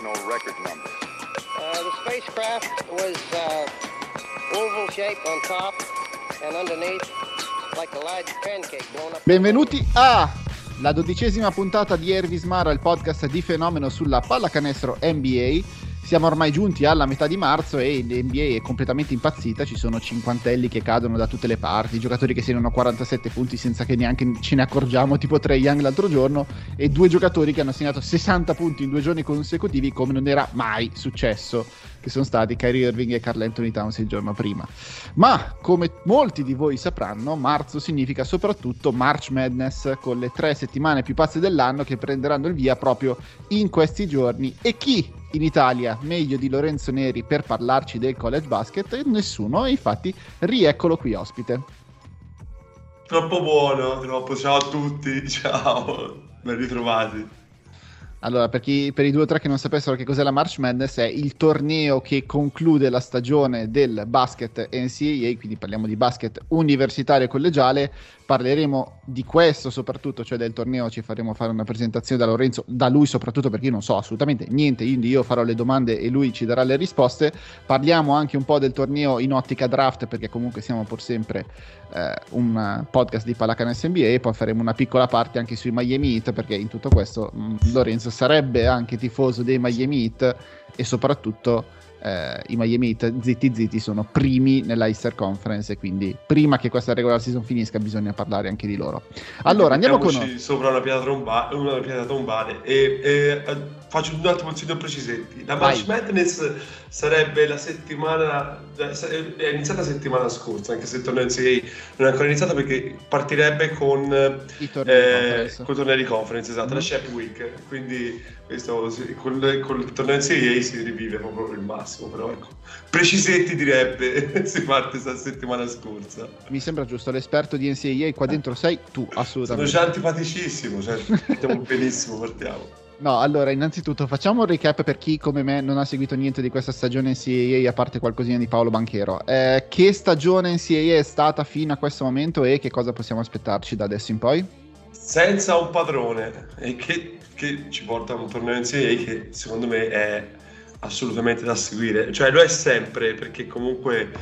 no record number. The spacecraft was oval shaped on top and underneath like a large pancake blown up. Benvenuti alla 12ª puntata di Ervis Mara, il podcast di Fenomeno sulla pallacanestro NBA. Siamo ormai giunti alla metà di marzo e l'NBA è completamente impazzita, ci sono cinquantelli che cadono da tutte le parti, giocatori che segnano 47 punti senza che neanche ce ne accorgiamo, tipo Trae Young l'altro giorno, e due giocatori che hanno segnato 60 punti in 2 giorni consecutivi come non era mai successo, che sono stati Kyrie Irving e Karl Anthony Towns il giorno prima. Ma come molti di voi sapranno, marzo significa soprattutto March Madness, con le 3 settimane più pazze dell'anno che prenderanno il via proprio in questi giorni. E chi in Italia meglio di Lorenzo Neri per parlarci del college basket? Nessuno, e infatti rieccolo qui ospite. Troppo buono, troppo. Ciao a tutti, ciao, ben ritrovati. Allora, per i 2 o 3 che non sapessero che cos'è la March Madness, è il torneo che conclude la stagione del basket NCAA, quindi parliamo di basket universitario e collegiale. Parleremo di questo soprattutto, cioè del torneo, ci faremo fare una presentazione da Lorenzo, da lui soprattutto perché io non so assolutamente niente, quindi io farò le domande e lui ci darà le risposte. Parliamo anche un po' del torneo in ottica draft, perché comunque siamo pur sempre un podcast di pallacanestro NBA, e poi faremo una piccola parte anche sui Miami Heat, perché in tutto questo Lorenzo sarebbe anche tifoso dei Miami Heat e soprattutto i Miami Heat zitti sono primi nella Eastern Conference, e quindi prima che questa regular season finisca bisogna parlare anche di loro. Allora andiamo con sopra una pietra tombale e faccio un altro consiglio precisetti. La March Madness sarebbe la settimana, è iniziata la settimana scorsa, anche se il torneo NCAA non è ancora iniziato, perché partirebbe con i tornei di conference, esatto, la Shep Week, quindi questo col torneo NCAA si rivive proprio il massimo, però ecco, precisetti direbbe, si parte questa settimana scorsa. Mi sembra giusto, l'esperto di NCAA qua dentro sei tu, assolutamente. Sono già antipaticissimo, cioè partiamo benissimo, partiamo. No, allora, innanzitutto facciamo un recap per chi come me non ha seguito niente di questa stagione NCAA, a parte qualcosina di Paolo Banchero. Che stagione NCAA è stata fino a questo momento e che cosa possiamo aspettarci da adesso in poi? Senza un padrone, e che ci porta a un torneo NCAA che secondo me è assolutamente da seguire, cioè lo è sempre, perché comunque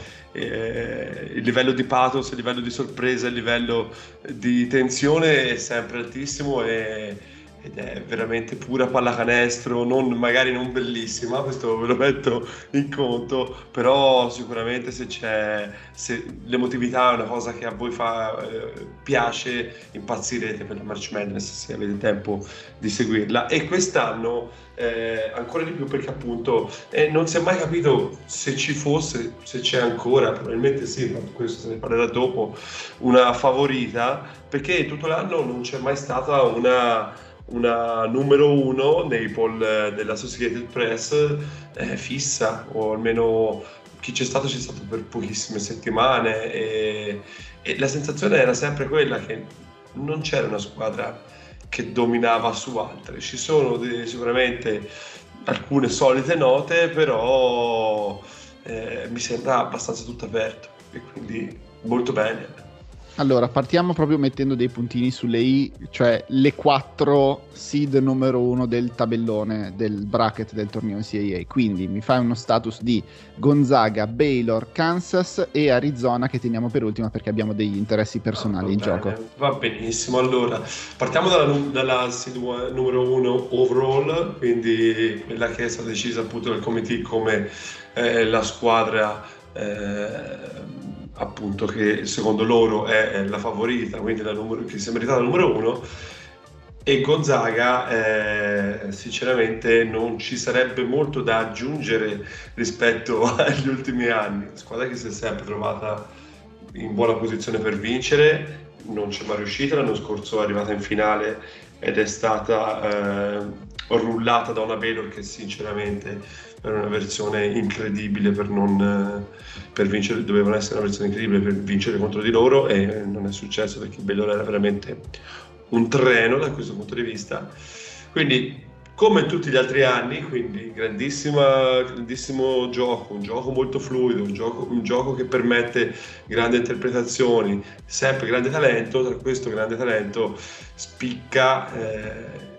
il livello di pathos, il livello di sorpresa, il livello di tensione è sempre altissimo, ed è veramente pura pallacanestro, magari non bellissima, questo ve lo metto in conto, però sicuramente se l'emotività è una cosa che a voi piace, impazzirete per la March Madness se avete tempo di seguirla. E quest'anno ancora di più, perché appunto non si è mai capito se ci fosse, se c'è ancora, probabilmente sì, ma questo se ne parlerà dopo, una favorita, perché tutto l'anno non c'è mai stata una numero 1 nei poll dell'Associated Press fissa, o almeno chi c'è stato per pochissime settimane, e la sensazione era sempre quella che non c'era una squadra che dominava su altre. Ci sono sicuramente alcune solite note, però mi sembra abbastanza tutto aperto, e quindi molto bene. Allora, partiamo proprio mettendo dei puntini sulle i, cioè le 4 seed numero 1 del tabellone del bracket del torneo NCAA. Quindi mi fai uno status di Gonzaga, Baylor, Kansas e Arizona, che teniamo per ultima perché abbiamo degli interessi personali in gioco. Va benissimo, allora partiamo dalla seed numero 1 overall, quindi quella che è stata decisa appunto dal committee come la squadra appunto che secondo loro è la favorita, quindi che si è meritata la numero 1. E Gonzaga sinceramente non ci sarebbe molto da aggiungere rispetto agli ultimi anni, squadra che si è sempre trovata in buona posizione per vincere, non c'è mai riuscita, l'anno scorso è arrivata in finale ed è stata rullata da una Baylor che sinceramente era una versione incredibile per vincere, dovevano essere una versione incredibile per vincere contro di loro, e non è successo perché Baylor era veramente un treno da questo punto di vista. Quindi come in tutti gli altri anni, quindi grandissimo gioco, un gioco molto fluido, un gioco che permette grandi interpretazioni, sempre grande talento. Tra questo grande talento spicca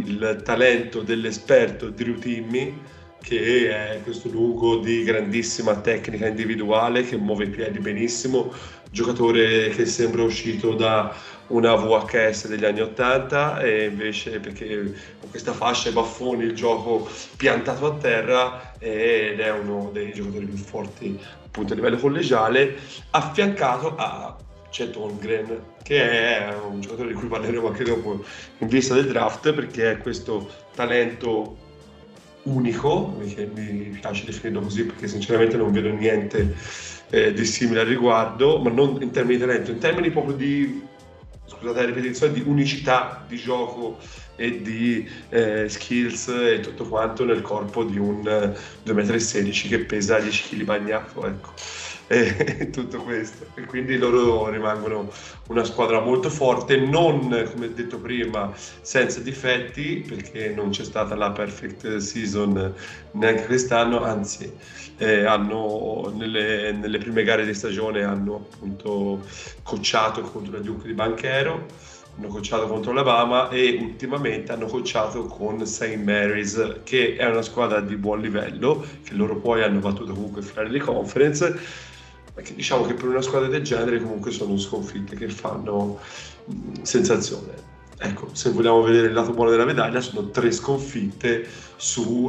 il talento dell'esperto Drew Timmy, che è questo lungo di grandissima tecnica individuale, che muove i piedi benissimo, giocatore che sembra uscito da una VHS degli anni 80, e invece perché con questa fascia e baffoni, il gioco piantato a terra, ed è uno dei giocatori più forti appunto a livello collegiale, affiancato a Chet Holmgren, che è un giocatore di cui parleremo anche dopo in vista del draft, perché è questo talento unico, che mi piace definirlo così perché sinceramente non vedo niente di simile al riguardo, ma non in termini di talento, in termini proprio di, scusate la ripetizione, di unicità di gioco e di skills e tutto quanto nel corpo di un 2,16 m che pesa 10 kg bagnato, ecco. E tutto questo, e quindi loro rimangono una squadra molto forte, non, come detto prima, senza difetti, perché non c'è stata la perfect season neanche quest'anno, anzi hanno nelle prime gare di stagione hanno appunto coachato contro la Duke di Banchero, hanno coachato contro l'Alabama e ultimamente hanno coachato con St. Mary's, che è una squadra di buon livello, che loro poi hanno battuto comunque in finale di conference, ma che diciamo che per una squadra del genere comunque sono sconfitte che fanno sensazione. Ecco, se vogliamo vedere il lato buono della medaglia, sono 3 sconfitte su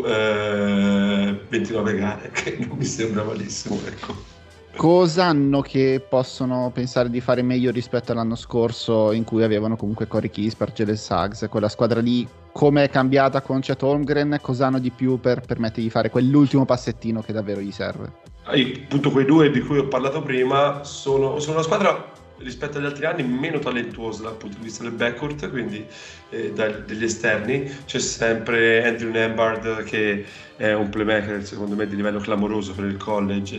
29 gare, che non mi sembra malissimo, ecco. Cosa hanno che possono pensare di fare meglio rispetto all'anno scorso, in cui avevano comunque Corey Kispert, Jalen Suggs, quella squadra lì? Come è cambiata con Chet Holmgren? Cosa hanno di più per permettergli di fare quell'ultimo passettino che davvero gli serve? Appunto quei due di cui ho parlato prima sono una squadra rispetto agli altri anni meno talentuosa dal punto di vista del backcourt, quindi degli esterni. C'è sempre Andrew Nembhard, che è un playmaker secondo me di livello clamoroso per il college,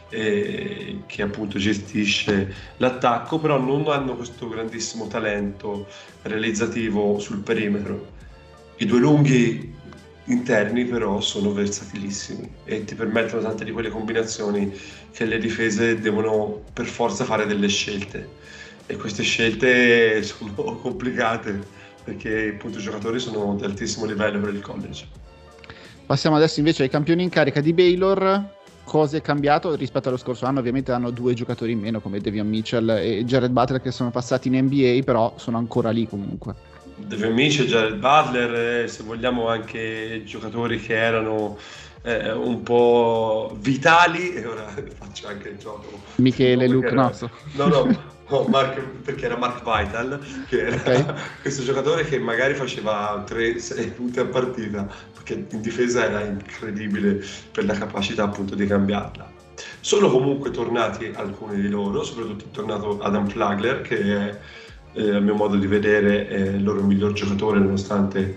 che appunto gestisce l'attacco, però non hanno questo grandissimo talento realizzativo sul perimetro. I due lunghi interni però sono versatilissimi e ti permettono tante di quelle combinazioni che le difese devono per forza fare delle scelte, e queste scelte sono complicate perché appunto i giocatori sono di altissimo livello per il college. Passiamo adesso invece ai campioni in carica di Baylor. Cosa è cambiato rispetto allo scorso anno? Ovviamente hanno 2 giocatori in meno come Davion Mitchell e Jared Butler, che sono passati in NBA, però sono ancora lì comunque. Davion Mitchell, Jared Butler, se vogliamo anche giocatori che erano un po' vitali, e ora faccio anche il gioco. Michele, Luke, No, Mark, perché era Mark Vital, che era okay. Questo giocatore che magari faceva 3-6 punti a partita, perché in difesa era incredibile per la capacità appunto di cambiarla. Sono comunque tornati alcuni di loro, soprattutto è tornato Adam Flagler, che è a mio modo di vedere il loro miglior giocatore, nonostante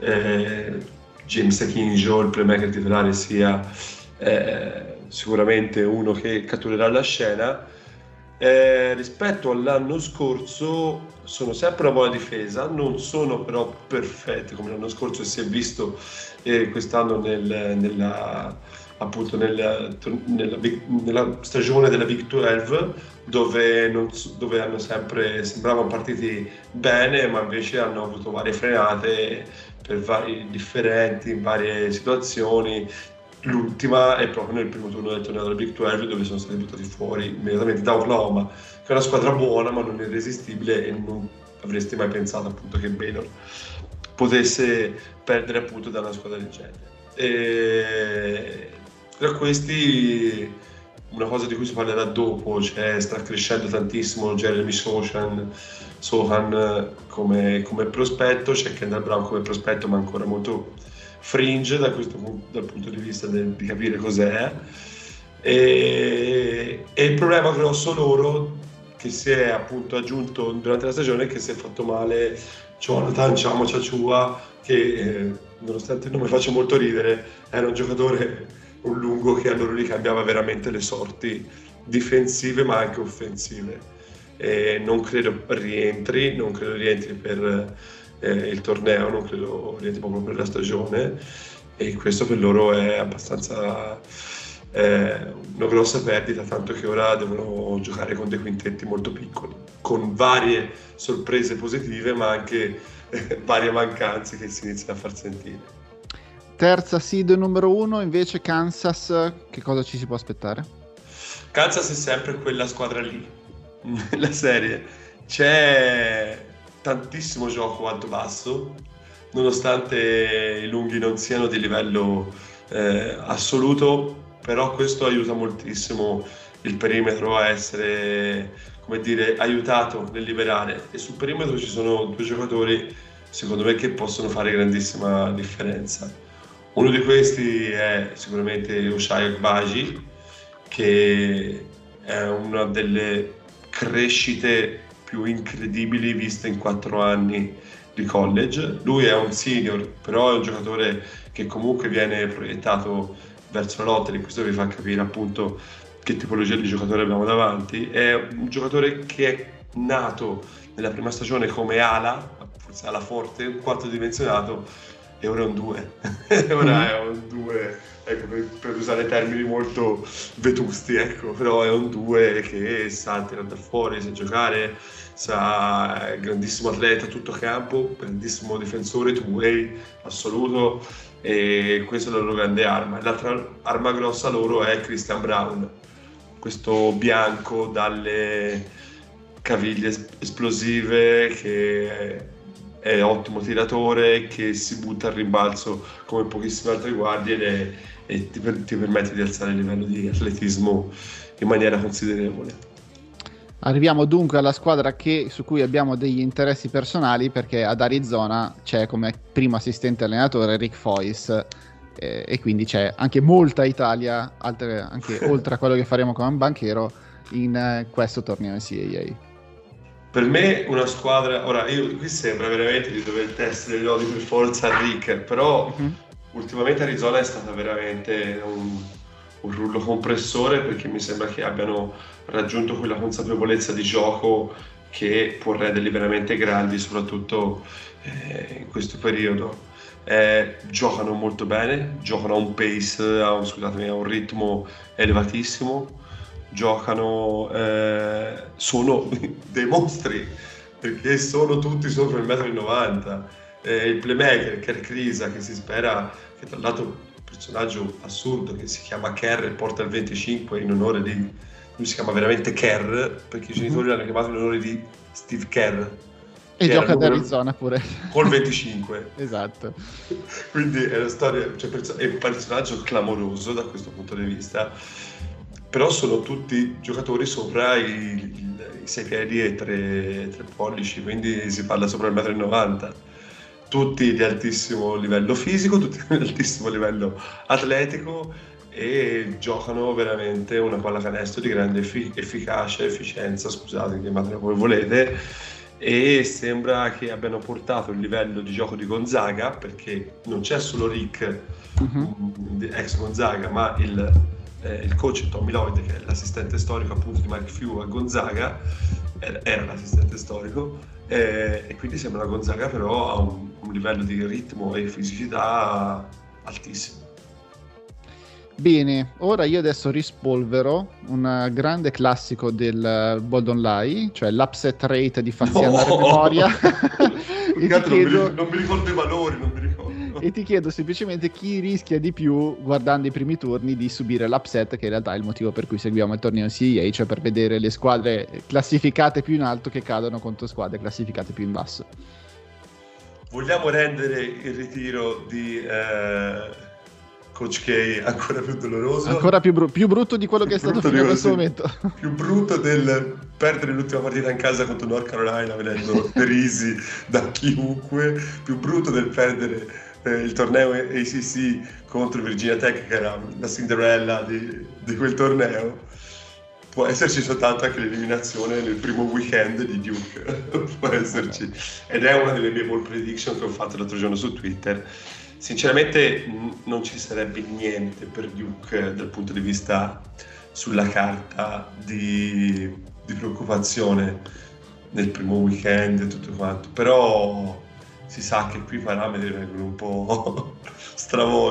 James Akinjo, il playmaker titolare, sia sicuramente uno che catturerà la scena. Rispetto all'anno scorso sono sempre una buona difesa, non sono però perfetti come l'anno scorso, e si è visto quest'anno nella stagione della Big 12, dove hanno sempre sembravano partiti bene, ma invece hanno avuto varie frenate per vari differenti in varie situazioni. L'ultima è proprio nel primo turno del torneo della Big 12, dove sono stati buttati fuori immediatamente da Oklahoma, che è una squadra buona ma non irresistibile, e non avresti mai pensato appunto che Baylor potesse perdere appunto da una squadra del genere. E tra questi, una cosa di cui si parlerà dopo, sta crescendo tantissimo Jeremy Sohan come prospetto, c'è Kendall Brown come prospetto, ma ancora molto fringe dal punto di vista di capire cos'è, e il problema grosso loro che si è appunto aggiunto durante la stagione è che si è fatto male Jonathan Tchamwa Tchatchoua, che nonostante il nome faccia molto ridere, era un giocatore, un lungo, che a loro li cambiava veramente le sorti difensive ma anche offensive, e non credo rientri per il torneo, non credo rientri proprio per la stagione, e questo per loro è abbastanza una grossa perdita, tanto che ora devono giocare con dei quintetti molto piccoli, con varie sorprese positive, ma anche varie mancanze che si iniziano a far sentire. Terza seed numero 1 invece Kansas, che cosa ci si può aspettare? Kansas è sempre quella squadra lì, nella serie c'è tantissimo gioco alto-basso, nonostante i lunghi non siano di livello assoluto, però questo aiuta moltissimo il perimetro a essere, come dire, aiutato nel liberare, e sul perimetro ci sono due giocatori secondo me che possono fare grandissima differenza. Uno di questi è sicuramente Ochai Agbaji, che è una delle crescite più incredibili viste in 4 anni di college. Lui è un senior, però è un giocatore che comunque viene proiettato verso la lottery. Questo vi fa capire appunto che tipologia di giocatore abbiamo davanti. È un giocatore che è nato nella prima stagione come ala, forse ala forte, un quarto dimensionato, e ora è un 2. Ora è un 2, ecco, per usare termini molto vetusti, ecco, però è un 2 che sa tirare da fuori, sa giocare, è grandissimo atleta, tutto campo, grandissimo difensore, two-way assoluto, e questa è la loro grande arma. L'altra arma grossa loro è Christian Braun, questo bianco dalle caviglie esplosive, che è ottimo tiratore, che si butta al rimbalzo come pochissime altre guardie e ti permette di alzare il livello di atletismo in maniera considerevole. Arriviamo dunque alla squadra su cui abbiamo degli interessi personali, perché ad Arizona c'è come primo assistente allenatore Rick Foyce, e quindi c'è anche molta Italia, anche oltre a quello che faremo come banchero in questo torneo NCAA. Per me una squadra, ora qui sembra veramente di dover testare gli odi per forza a Rick, però ultimamente Arizona è stata veramente un rullo compressore, perché mi sembra che abbiano raggiunto quella consapevolezza di gioco che può renderli veramente grandi, soprattutto in questo periodo. Giocano molto bene, giocano a un pace, a un ritmo elevatissimo, giocano, sono dei mostri, perché sono tutti sopra il 1,90 m. Il playmaker Kerr Kriisa, che si spera, che tra l'altro è un personaggio assurdo che si chiama Kerr e porta il 25 in onore di, lui si chiama veramente Kerr perché i genitori l'hanno chiamato in onore di Steve Kerr, e gioca ad Arizona pure col 25. Esatto, quindi è una storia, cioè, è un personaggio clamoroso da questo punto di vista, però sono tutti giocatori sopra i 6 piedi e 3 pollici, quindi si parla sopra il 1,90 m, tutti di altissimo livello fisico, tutti di altissimo livello atletico, e giocano veramente una pallacanestro di grande efficienza, scusate, chiamatela come volete, e sembra che abbiano portato il livello di gioco di Gonzaga, perché non c'è solo Rick, ex Gonzaga, ma il coach Tommy Lloyd, che è l'assistente storico appunto di Mike Few a Gonzaga, era l'assistente storico, e quindi sembra una Gonzaga però a un livello di ritmo e fisicità altissimo. Bene, ora io adesso rispolvero un grande classico del Bold Online, cioè l'upset rate di farsi andare a memoria. Non mi ricordo i valori, non mi ricordo. E ti chiedo semplicemente chi rischia di più, guardando i primi turni, di subire l'upset, che in realtà è il motivo per cui seguiamo il torneo NCAA, cioè per vedere le squadre classificate più in alto che cadono contro squadre classificate più in basso. Vogliamo rendere il ritiro di Coach K ancora più doloroso, ancora più brutto di quello che è stato fino a questo momento, più brutto del perdere l'ultima partita in casa contro North Carolina venendo derisi da chiunque, più brutto del perdere il torneo ACC contro Virginia Tech, che era la Cinderella di quel torneo. Può esserci soltanto anche l'eliminazione nel primo weekend di Duke, può esserci, ed è una delle mie ball prediction che ho fatto l'altro giorno su Twitter. Sinceramente non ci sarebbe niente per Duke dal punto di vista sulla carta di preoccupazione nel primo weekend e tutto quanto, però si sa che qui i parametri vengono un po' stravolti,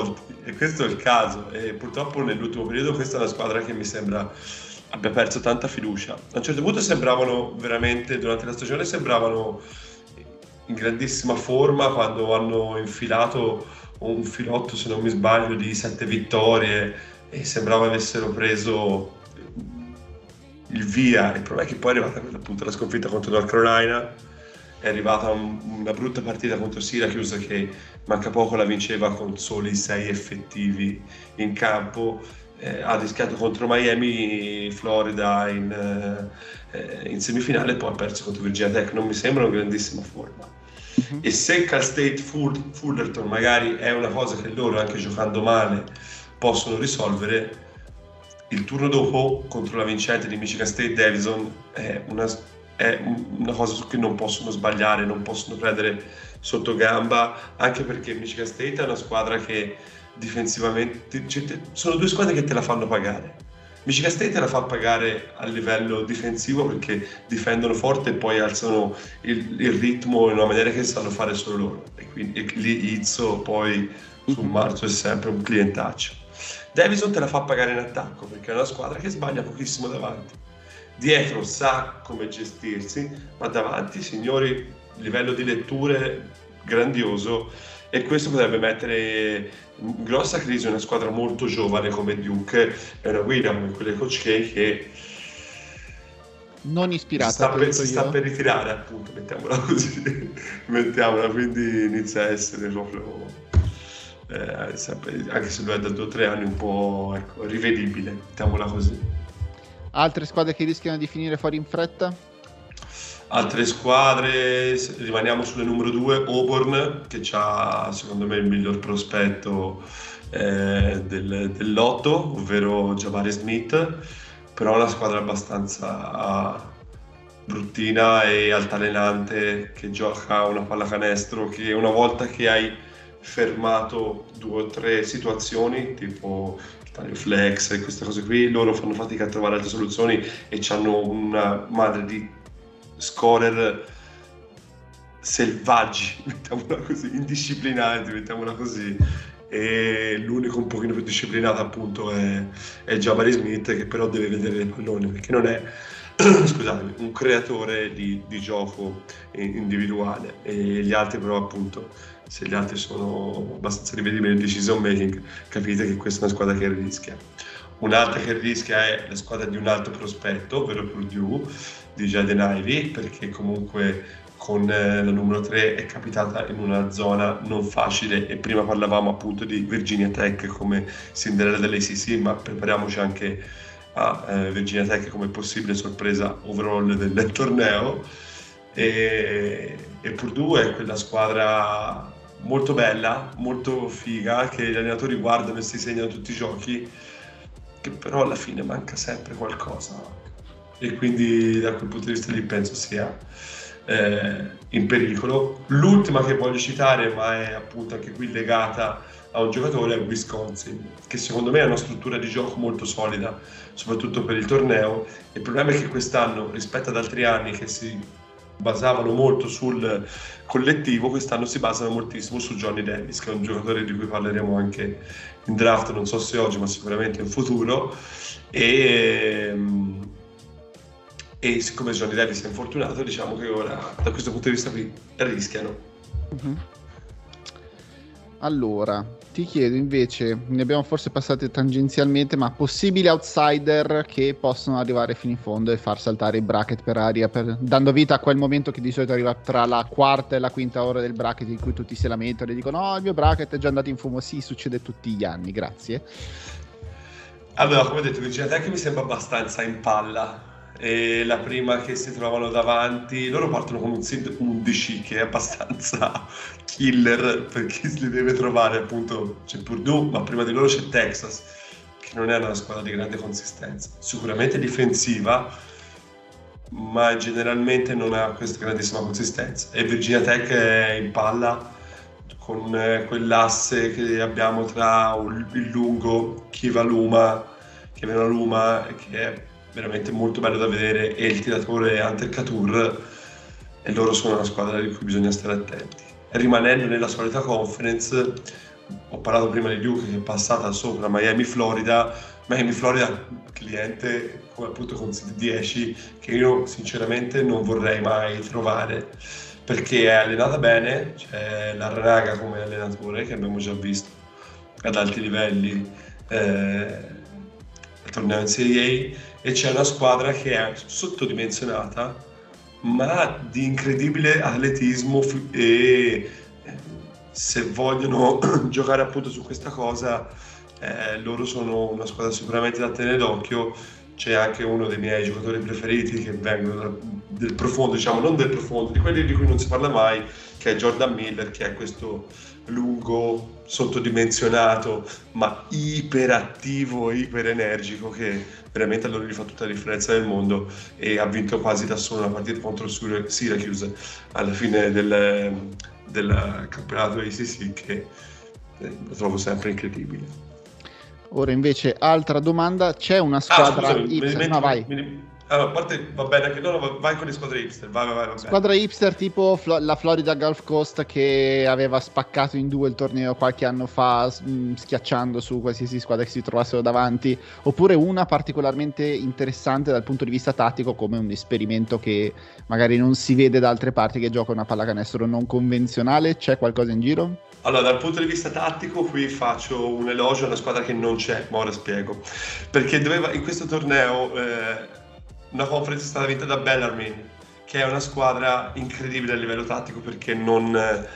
E questo è il caso, e purtroppo nell'ultimo periodo questa è una squadra che mi sembra abbia perso tanta fiducia. A un certo punto sembravano veramente, durante la stagione sembravano in grandissima forma quando hanno infilato un filotto, se non mi sbaglio, di 7 vittorie e sembrava avessero preso il via. Il problema è che poi è arrivata appunto la sconfitta contro North Carolina, è arrivata una brutta partita contro Syracuse che manca poco la vinceva con soli 6 effettivi in campo, ha rischiato contro Miami, Florida in semifinale e poi ha perso contro Virginia Tech. Non mi sembra una grandissima forma. E se Cal State Fullerton magari è una cosa che loro, anche giocando male, possono risolvere, il turno dopo contro la vincente di Michigan State Davidson è una cosa su cui non possono sbagliare, non possono prendere sotto gamba, anche perché Michigan State è una squadra che difensivamente, sono due squadre che te la fanno pagare. Michigan State te la fa pagare a livello difensivo perché difendono forte e poi alzano il ritmo in una maniera che sanno fare solo loro, e quindi lì Izzo poi sul marzo è sempre un clientaccio. Davidson te la fa pagare in attacco perché è una squadra che sbaglia pochissimo davanti, dietro sa come gestirsi, ma davanti, signori, livello di letture grandioso, e questo potrebbe mettere in grossa crisi una squadra molto giovane come Duke e una guida come quella di Coach K che non ispirata, si sta per ritirare, appunto, mettiamola così, quindi inizia a essere proprio anche se lo è da 2 o 3 anni un po', ecco, rivedibile, mettiamola così. Altre squadre che rischiano di finire fuori in fretta? Altre squadre, rimaniamo sulle numero 2, Auburn, che ha secondo me il miglior prospetto del lotto, ovvero Jabari Smith, però è una squadra abbastanza bruttina e altalenante, che gioca una pallacanestro che una volta che hai fermato 2 o 3 situazioni, tipo il flex e queste cose qui, loro fanno fatica a trovare altre soluzioni e hanno una madre di scorer selvaggi, mettiamola così, indisciplinati, mettiamola così, e l'unico un pochino più disciplinato appunto è Jabari Smith, che però deve vedere i palloni perché non è scusatemi, un creatore di gioco individuale, e gli altri però appunto, se gli altri sono abbastanza rivedibili nel decision making, capite che questa è una squadra che rischia. Un'altra che rischia è la squadra di un alto prospetto, ovvero Purdue, di Jaden Ivey, perché comunque con la numero 3 è capitata in una zona non facile, e prima parlavamo appunto di Virginia Tech come Cinderella dell'ACC, ma prepariamoci anche a Virginia Tech come possibile sorpresa overall del torneo, e Purdue è quella squadra molto bella, molto figa, che gli allenatori guardano e si segnano tutti i giochi, che però alla fine manca sempre qualcosa, e quindi da quel punto di vista lì penso sia in pericolo. L'ultima che voglio citare, ma è appunto anche qui legata a un giocatore, è Wisconsin, che secondo me ha una struttura di gioco molto solida, soprattutto per il torneo. Il problema è che quest'anno, rispetto ad altri anni che si basavano molto sul collettivo, quest'anno si basano moltissimo su Johnny Davis, che è un giocatore di cui parleremo anche in draft, non so se oggi ma sicuramente in futuro, e siccome Johnny Davis è infortunato, diciamo che ora da questo punto di vista qui rischiano. Allora, ti chiedo invece, ne abbiamo forse passate tangenzialmente, ma possibili outsider che possono arrivare fino in fondo e far saltare il bracket per aria, dando vita a quel momento che di solito arriva tra la quarta e la quinta ora del bracket, in cui tutti si lamentano e dicono no, il mio bracket è già andato in fumo. Sì, succede tutti gli anni, grazie. Allora, come detto, Virginia Tech mi sembra abbastanza in palla, e la prima che si trovano davanti, loro partono con un seed 11 che è abbastanza killer, perché si li deve trovare, appunto c'è Purdue, ma prima di loro c'è Texas, che non è una squadra di grande consistenza, sicuramente difensiva, ma generalmente non ha questa grandissima consistenza, e Virginia Tech è in palla con quell'asse che abbiamo tra il lungo Kivaluma, che è veramente molto bello da vedere, e il tiratore Hunter Cattoor, e loro sono una squadra di cui bisogna stare attenti. Rimanendo nella solita conference, ho parlato prima di Duke che è passata sopra Miami, Florida, cliente come appunto con seed 10 che io sinceramente non vorrei mai trovare, perché è allenata bene, c'è Larrañaga come allenatore che abbiamo già visto ad alti livelli al torneo NCAA, e c'è una squadra che è sottodimensionata ma di incredibile atletismo e se vogliono giocare appunto su questa cosa loro sono una squadra sicuramente da tenere d'occhio. C'è anche uno dei miei giocatori preferiti che vengono del profondo, diciamo non del profondo, di quelli di cui non si parla mai, che è Jordan Miller, che è questo lungo, sottodimensionato, ma iperattivo, iperenergico, che veramente a loro gli fa tutta la differenza del mondo, e ha vinto quasi da solo una partita contro Syracuse alla fine del campionato ACC, che lo trovo sempre incredibile. Ora invece, altra domanda, c'è una squadra hipster? No, vai. Allora, a parte va bene anche vai con le squadre hipster, vai. Squadra hipster tipo la Florida Gulf Coast, che aveva spaccato in due il torneo qualche anno fa, schiacciando su qualsiasi squadra che si trovassero davanti, oppure una particolarmente interessante dal punto di vista tattico, come un esperimento che magari non si vede da altre parti, che gioca una pallacanestro non convenzionale? C'è qualcosa in giro? Allora, dal punto di vista tattico, qui faccio un elogio a una squadra che non c'è, ma ora spiego. Perché in questo torneo una conference è stata vinta da Bellarmine, che è una squadra incredibile a livello tattico, perché non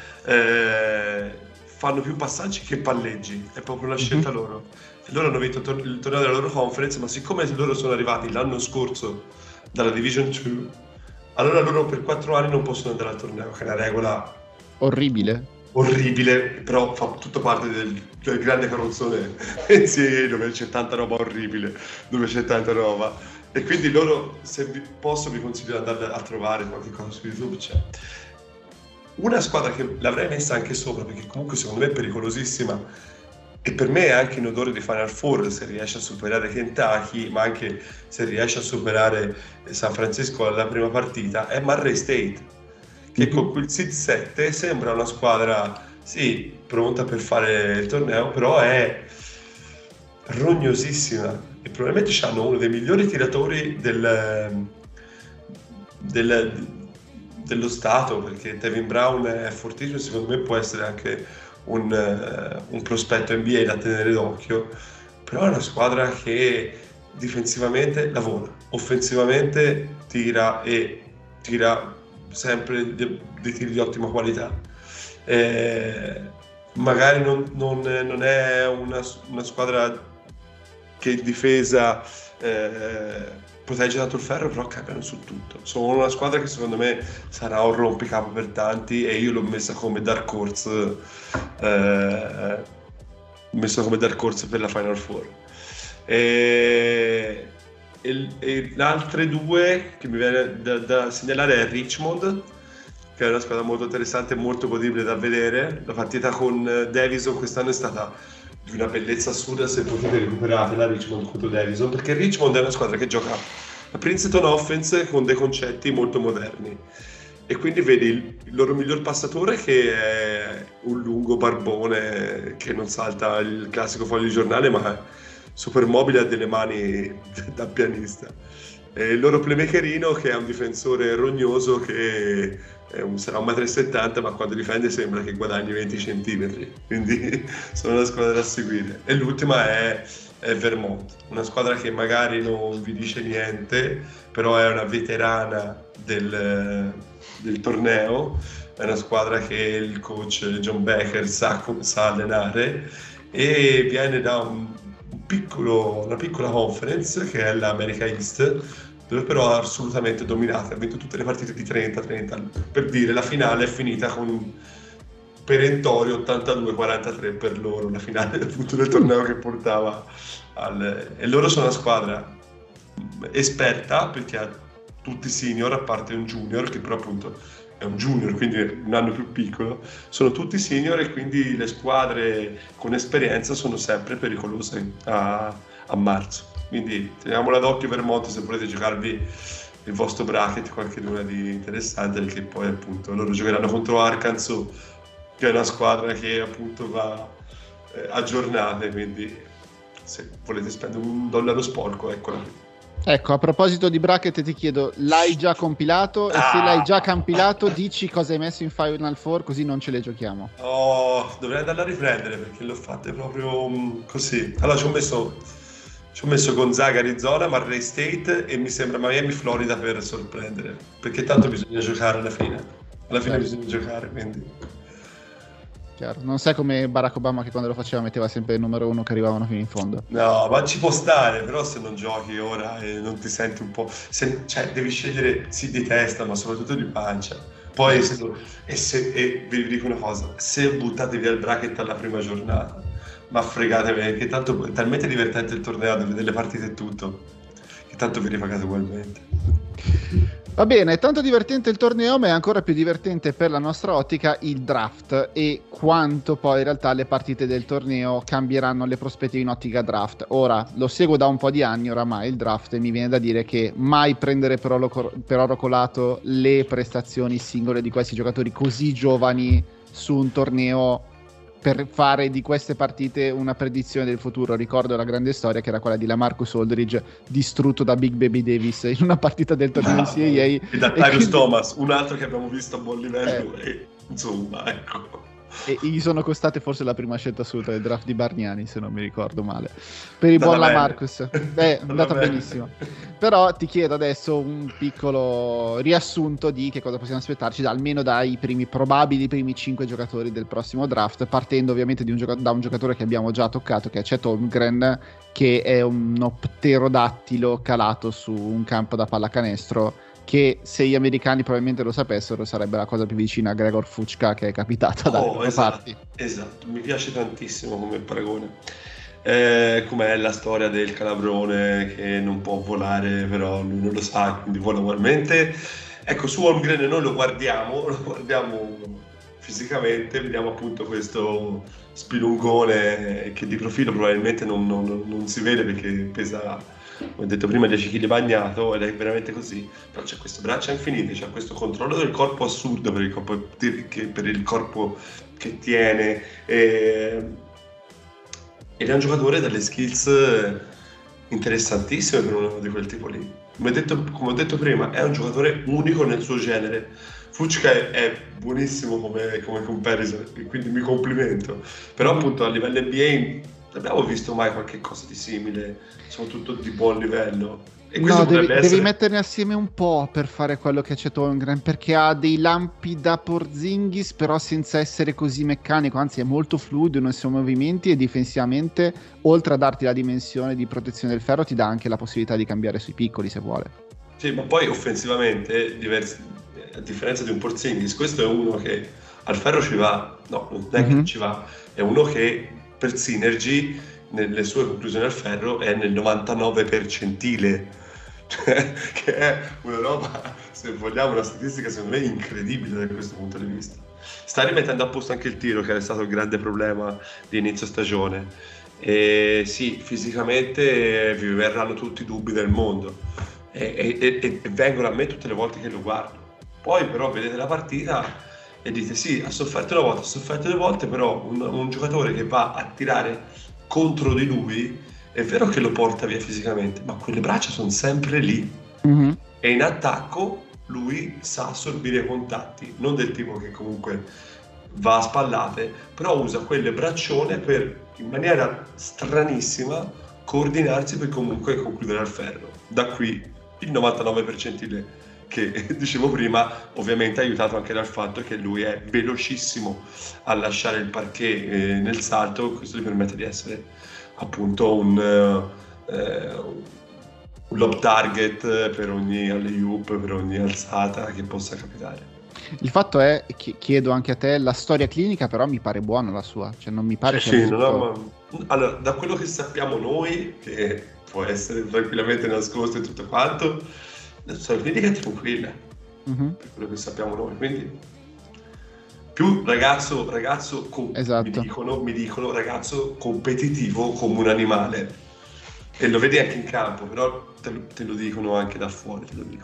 fanno più passaggi che palleggi, è proprio una scelta loro. E loro hanno vinto il torneo della loro conference, ma siccome loro sono arrivati l'anno scorso dalla Division 2, allora loro per 4 anni non possono andare al torneo, che è una regola orribile, però fa tutto parte del grande carrozzone NCAA, dove c'è tanta roba orribile, dove c'è tanta roba, e quindi loro, se posso, vi consiglio di andare a trovare qualche cosa su YouTube. C'è una squadra che l'avrei messa anche sopra, perché comunque secondo me è pericolosissima, e per me è anche in odore di Final Four se riesce a superare Kentucky, ma anche se riesce a superare San Francisco alla prima partita, è Murray State, che con quel seed 7 sembra una squadra, sì, pronta per fare il torneo, però è rognosissima, e probabilmente hanno uno dei migliori tiratori dello stato, perché Tevin Brown è fortissimo, secondo me può essere anche un prospetto NBA da tenere d'occhio, però è una squadra che difensivamente lavora, offensivamente tira sempre dei tiri di ottima qualità. Magari non è una squadra che in difesa protegge tanto il ferro, però cambiano su tutto. Sono una squadra che secondo me sarà un rompicapo per tanti, e io l'ho messa come dark horse per la Final Four. E le altre due che mi viene da segnalare è Richmond, che è una squadra molto interessante e molto godibile da vedere. La partita con Davison quest'anno è stata di una bellezza assurda, se potete recuperare la Richmond contro Davison, perché Richmond è una squadra che gioca a Princeton Offense con dei concetti molto moderni, e quindi vedi il loro miglior passatore, che è un lungo barbone che non salta il classico foglio di giornale, ma è super mobile, ha delle mani da pianista, e il loro playmakerino, che è un difensore rognoso, che sarà 1,70 m, ma quando difende sembra che guadagni 20 centimetri, quindi sono una squadra da seguire. E l'ultima è Vermont, una squadra che magari non vi dice niente, però è una veterana del torneo, è una squadra che il coach John Becker sa allenare, e viene da una piccola conference che è l'America East, dove però ha assolutamente dominato, ha vinto tutte le partite di 30-30, per dire, la finale è finita con un perentorio 82-43 per loro, la finale appunto del torneo che portava e loro sono una squadra esperta, perché ha tutti senior, a parte un junior che però appunto è un junior, quindi un anno più piccolo, sono tutti senior, e quindi le squadre con esperienza sono sempre pericolose a marzo. Quindi teniamola d'occhio Vermont, se volete giocarvi il vostro bracket, qualcheduna di interessante, perché poi appunto loro giocheranno contro Arkansas, che è una squadra che appunto va aggiornate, quindi se volete spendere $1 sporco, eccola qui. Ecco, a proposito di bracket ti chiedo, l'hai già compilato? E se l'hai già compilato, dici cosa hai messo in Final Four, così non ce le giochiamo. Dovrei andarla a riprendere perché l'ho fatte proprio così. Allora ci ho messo Gonzaga, Arizona, Murray State e mi sembra Miami, Florida per sorprendere, perché tanto bisogna giocare alla fine bisogna giocare, quindi Chiaro. Non sei come Barack Obama che quando lo faceva metteva sempre il numero 1 che arrivavano fino in fondo. no, ma ci può stare, però se non giochi ora e non ti senti un po', cioè devi scegliere sì di testa ma soprattutto di pancia. Poi e vi dico una cosa, se buttate via il bracket alla prima giornata, ma fregatevi, che tanto è talmente divertente il torneo, vedere le partite e tutto, che tanto vi ripagate ugualmente. Va bene, è tanto divertente il torneo, ma è ancora più divertente per la nostra ottica il draft e quanto poi in realtà le partite del torneo cambieranno le prospettive in ottica draft. Ora, lo seguo da un po' di anni oramai il draft e mi viene da dire che mai prendere per oro colato le prestazioni singole di questi giocatori così giovani su un torneo per fare di queste partite una predizione del futuro. Ricordo la grande storia che era quella di LaMarcus Aldridge distrutto da Big Baby Davis in una partita del torneo NCAA e da Tyrus Thomas, un altro che abbiamo visto a buon livello e insomma, ecco. E gli sono costate forse la prima scelta assoluta del draft di Bargnani, se non mi ricordo male, per il buon LaMarcus. È andata benissimo. Però ti chiedo adesso un piccolo riassunto di che cosa possiamo aspettarci almeno dai probabili primi 5 giocatori del prossimo draft, partendo ovviamente da un giocatore che abbiamo già toccato, che è Chet Holmgren, che è un pterodattilo calato su un campo da pallacanestro, che se gli americani probabilmente lo sapessero sarebbe la cosa più vicina a Gregor Fuchka che è capitata dalle parti. Esatto, mi piace tantissimo come paragone. Com'è la storia del calabrone che non può volare, però lui non lo sa, quindi vola ugualmente. Ecco, su Holmgren noi lo guardiamo fisicamente, vediamo appunto questo spilungone che di profilo probabilmente non si vede perché pesa, come ho detto prima, 10 kg bagnato, ed è veramente così. Però c'è queste braccia infinite, c'è questo controllo del corpo assurdo per il corpo che tiene, ed è un giocatore dalle skills interessantissime per uno di quel tipo lì. Come ho detto prima, è un giocatore unico nel suo genere. Fuchka è buonissimo come comparison, e quindi mi complimento, però appunto a livello NBA non abbiamo visto mai qualche cosa di simile, soprattutto di buon livello. E no, devi metterne assieme un po' per fare quello che c'è Holmgren, perché ha dei lampi da Porzingis, però senza essere così meccanico, anzi è molto fluido nei suoi movimenti e difensivamente, oltre a darti la dimensione di protezione del ferro, ti dà anche la possibilità di cambiare sui piccoli se vuole. Sì, ma poi offensivamente, a differenza di un Porzingis, questo è uno che al ferro ci va, no, non è che ci va, è uno che per synergy nelle sue conclusioni al ferro è nel 99 percentile, cioè, che è una roba, se vogliamo, una statistica secondo me incredibile da questo punto di vista. Sta rimettendo a posto anche il tiro, che era stato il grande problema di inizio stagione, e sì, fisicamente vi verranno tutti i dubbi del mondo e vengono a me tutte le volte che lo guardo. Poi però vedete la partita e dite sì, ha sofferto una volta, ha sofferto due volte, però un giocatore che va a tirare contro di lui è vero che lo porta via fisicamente, ma quelle braccia sono sempre lì, e in attacco lui sa assorbire i contatti, non del tipo che comunque va a spallate, però usa quelle braccione per, in maniera stranissima, coordinarsi per comunque concludere al ferro. Da qui il 99% che dicevo prima, ovviamente aiutato anche dal fatto che lui è velocissimo a lasciare il parquet nel salto. Questo gli permette di essere appunto un lob target per ogni alley-oop, per ogni alzata che possa capitare. Il fatto è, chiedo anche a te, la storia clinica però mi pare buona la sua, cioè non mi pare che... Allora, da quello che sappiamo noi, che può essere tranquillamente nascosto e tutto quanto, la storia clinica è tranquilla, per quello che sappiamo noi, quindi più ragazzo esatto. mi dicono ragazzo competitivo come un animale, e lo vedi anche in campo, però te lo dicono anche da fuori, te lo dicono.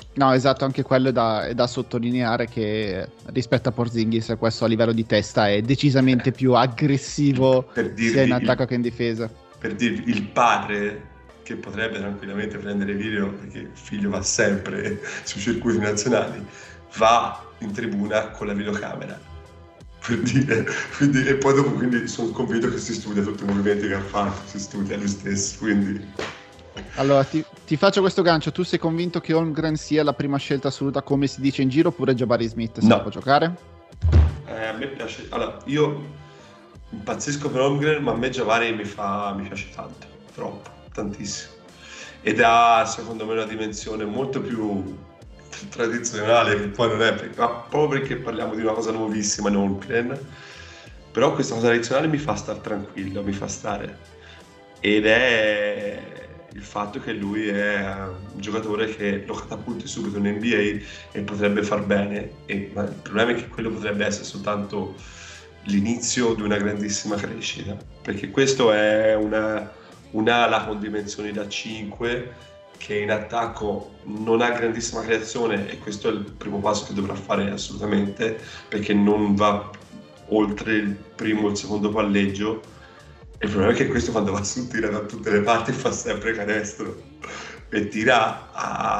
No, esatto, anche quello è da sottolineare che rispetto a Porzingis questo a livello di testa è decisamente più aggressivo sia in attacco che in difesa. Per dirvi, il padre che potrebbe tranquillamente prendere video, perché il figlio va sempre sui circuiti nazionali, va in tribuna con la videocamera, per dire, quindi, e poi dopo quindi sono convinto che si studia tutti i movimenti che ha fatto, si studia lui stesso, quindi... Allora ti faccio questo gancio, tu sei convinto che Holmgren sia la prima scelta assoluta come si dice in giro, oppure Jabari Smith se può giocare? A me piace, allora io impazzisco per Holmgren, ma a me Jabari mi piace tanto, troppo, tantissimo, ed ha secondo me una dimensione molto più tradizionale, che poi non è, proprio perché parliamo di una cosa nuovissima in Holmgren, però questa cosa tradizionale mi fa stare tranquillo, mi fa stare, ed è il fatto che lui è un giocatore che lo catapulti subito in NBA e potrebbe far bene, ma il problema è che quello potrebbe essere soltanto l'inizio di una grandissima crescita, perché questo è un'ala con dimensioni da 5 che in attacco non ha grandissima creazione, e questo è il primo passo che dovrà fare assolutamente, perché non va oltre il primo o il secondo palleggio. Il problema è che questo quando va su tira da tutte le parti e fa sempre canestro, e tira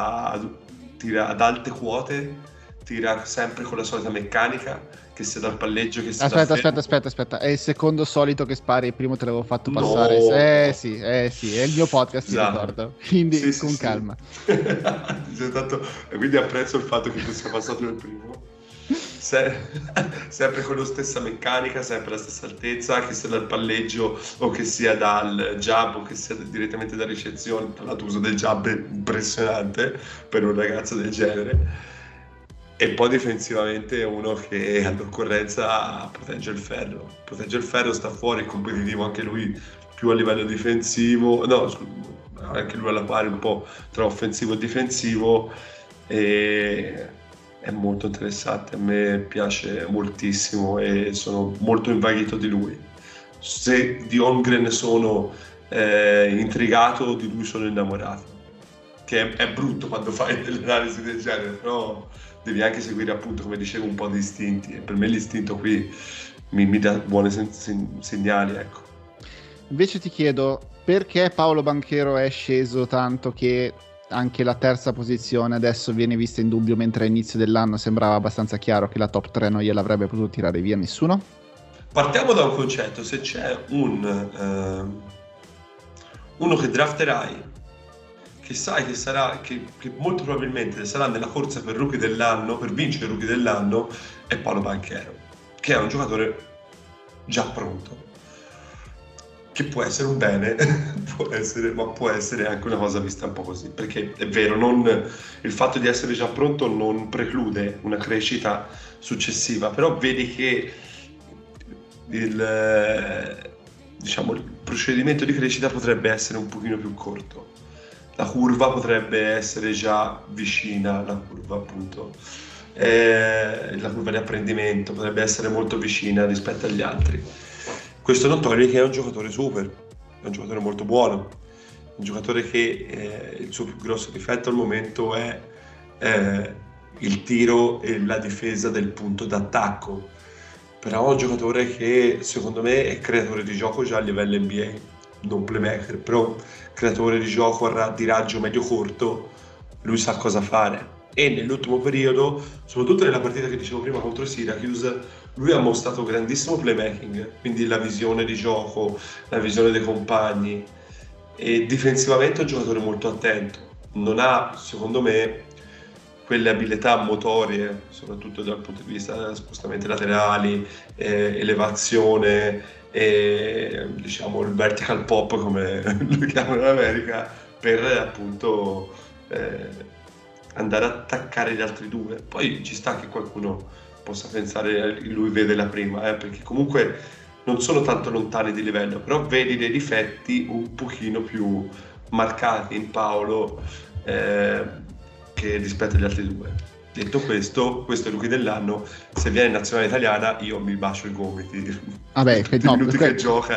ad alte quote, tira sempre con la solita meccanica, che sia dal palleggio che sia aspetta, è il secondo solito che spari, il primo te l'avevo fatto passare. No. Sì, è il mio podcast, esatto. Ti ricordo, quindi con calma. Quindi apprezzo il fatto che tu sia passato nel primo. Sempre con la stessa meccanica, sempre la stessa altezza, che sia dal palleggio o che sia dal jab o che sia direttamente da ricezione. Tra l'altro uso del jab impressionante per un ragazzo del genere, e poi difensivamente è uno che all'occorrenza protegge il ferro, sta fuori, è competitivo anche lui, più a livello difensivo, anche lui alla pari un po' tra offensivo e difensivo, e è molto interessante, a me piace moltissimo e sono molto invaghito di lui. Se di Holmgren sono intrigato, di lui sono innamorato, che è brutto quando fai delle analisi del genere, però devi anche seguire, appunto, come dicevo, un po' di istinti, e per me l'istinto qui mi dà buoni segnali, ecco. Invece ti chiedo, perché Paolo Banchero è sceso tanto che anche la terza posizione adesso viene vista in dubbio, mentre all'inizio dell'anno sembrava abbastanza chiaro che la top 3 non gliel'avrebbe potuto tirare via nessuno? Partiamo da un concetto: se c'è uno che drafterai, che sai che sarà, che molto probabilmente sarà nella corsa per rookie dell'anno, per vincere il rookie dell'anno, è Paolo Banchero, che è un giocatore già pronto, che può essere un bene, ma può essere anche una cosa vista un po' così, perché è vero, il fatto di essere già pronto non preclude una crescita successiva, però vedi che il procedimento di crescita potrebbe essere un pochino più corto, la curva potrebbe essere già vicina, la curva appunto, la curva di apprendimento potrebbe essere molto vicina rispetto agli altri. Questo non toglie che è un giocatore super, è un giocatore molto buono, un giocatore che il suo più grosso difetto al momento è il tiro e la difesa del punto d'attacco, però è un giocatore che secondo me è creatore di gioco già a livello NBA, non playmaker, però creatore di gioco di raggio medio-corto, lui sa cosa fare, e nell'ultimo periodo, soprattutto nella partita che dicevo prima contro Syracuse, lui ha mostrato grandissimo playmaking, quindi la visione di gioco, la visione dei compagni, e difensivamente è un giocatore molto attento, non ha secondo me quelle abilità motorie, soprattutto dal punto di vista spostamenti laterali, elevazione, diciamo il vertical pop come lo chiamano in America, per appunto andare ad attaccare gli altri due. Poi ci sta che qualcuno possa pensare lui vede la prima, perché comunque non sono tanto lontani di livello, però vedi dei difetti un pochino più marcati in Paolo che rispetto agli altri due. Detto questo è il rookie dell'anno, se viene in nazionale italiana io mi bacio i gomiti. Vabbè, minuti che gioca.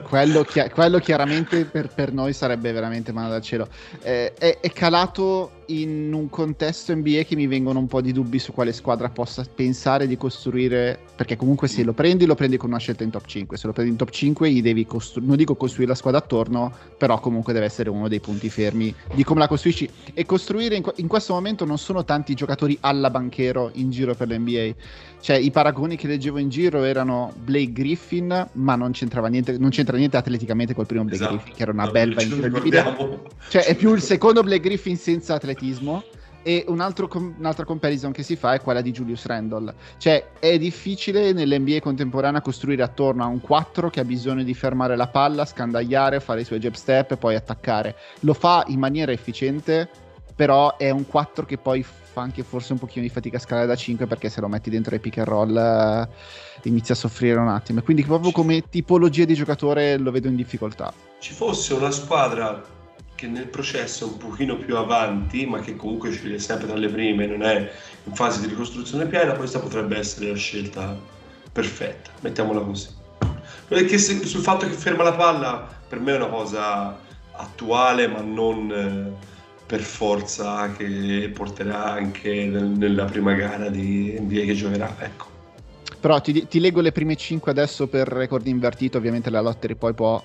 quello chiaramente per noi sarebbe veramente mano dal cielo. È calato in un contesto NBA che mi vengono un po' di dubbi su quale squadra possa pensare di costruire, perché comunque se lo prendi con una scelta in top 5, se lo prendi in top 5 gli devi non dico costruire la squadra attorno, però comunque deve essere uno dei punti fermi di come la costruisci, e costruire in questo momento non sono tanti giocatori alla Banchero in giro per l'NBA. Cioè, i paragoni che leggevo in giro erano Blake Griffin, ma non c'entra niente atleticamente col primo Blake Griffin, che era una belva incredibile. Cioè, è più il secondo Blake Griffin senza atletismo. E un'altra comparison che si fa è quella di Julius Randle. Cioè, è difficile nell'NBA contemporanea costruire attorno a un 4 che ha bisogno di fermare la palla, scandagliare, fare i suoi jab step e poi attaccare. Lo fa in maniera efficiente, però è un 4 che poi fa anche forse un pochino di fatica a scalare da 5, perché se lo metti dentro i pick and roll inizia a soffrire un attimo. Quindi proprio come tipologia di giocatore lo vedo in difficoltà. Ci fosse una squadra che nel processo è un pochino più avanti, ma che comunque sceglie sempre tra le prime, non è in fase di ricostruzione piena, questa potrebbe essere la scelta perfetta, mettiamola così. Perché sul fatto che ferma la palla, per me è una cosa attuale, ma non per forza che porterà anche nella prima gara di NBA che giocherà, ecco. Però ti leggo le prime 5 adesso per record invertito. Ovviamente la lottery poi può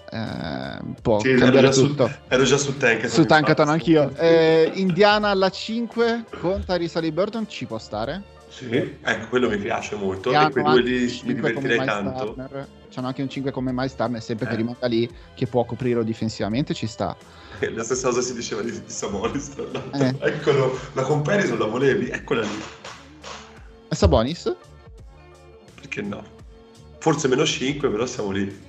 sì, cambiare tutto. Ero già su Tankathon. Su Tankathon anch'io. Indiana alla 5 con Tyrese Haliburton ci può stare. Sì, ecco, quello mi piace molto. E quei due lì mi divertirei tanto. C'hanno anche un 5 come Miles Turner, sempre che rimanga lì, che può coprirlo difensivamente, ci sta. La stessa cosa si diceva di Sabonis, tra l'altro. Eccolo, la comparison la volevi, eccola lì. E Sabonis? Perché no? Forse meno 5, però siamo lì.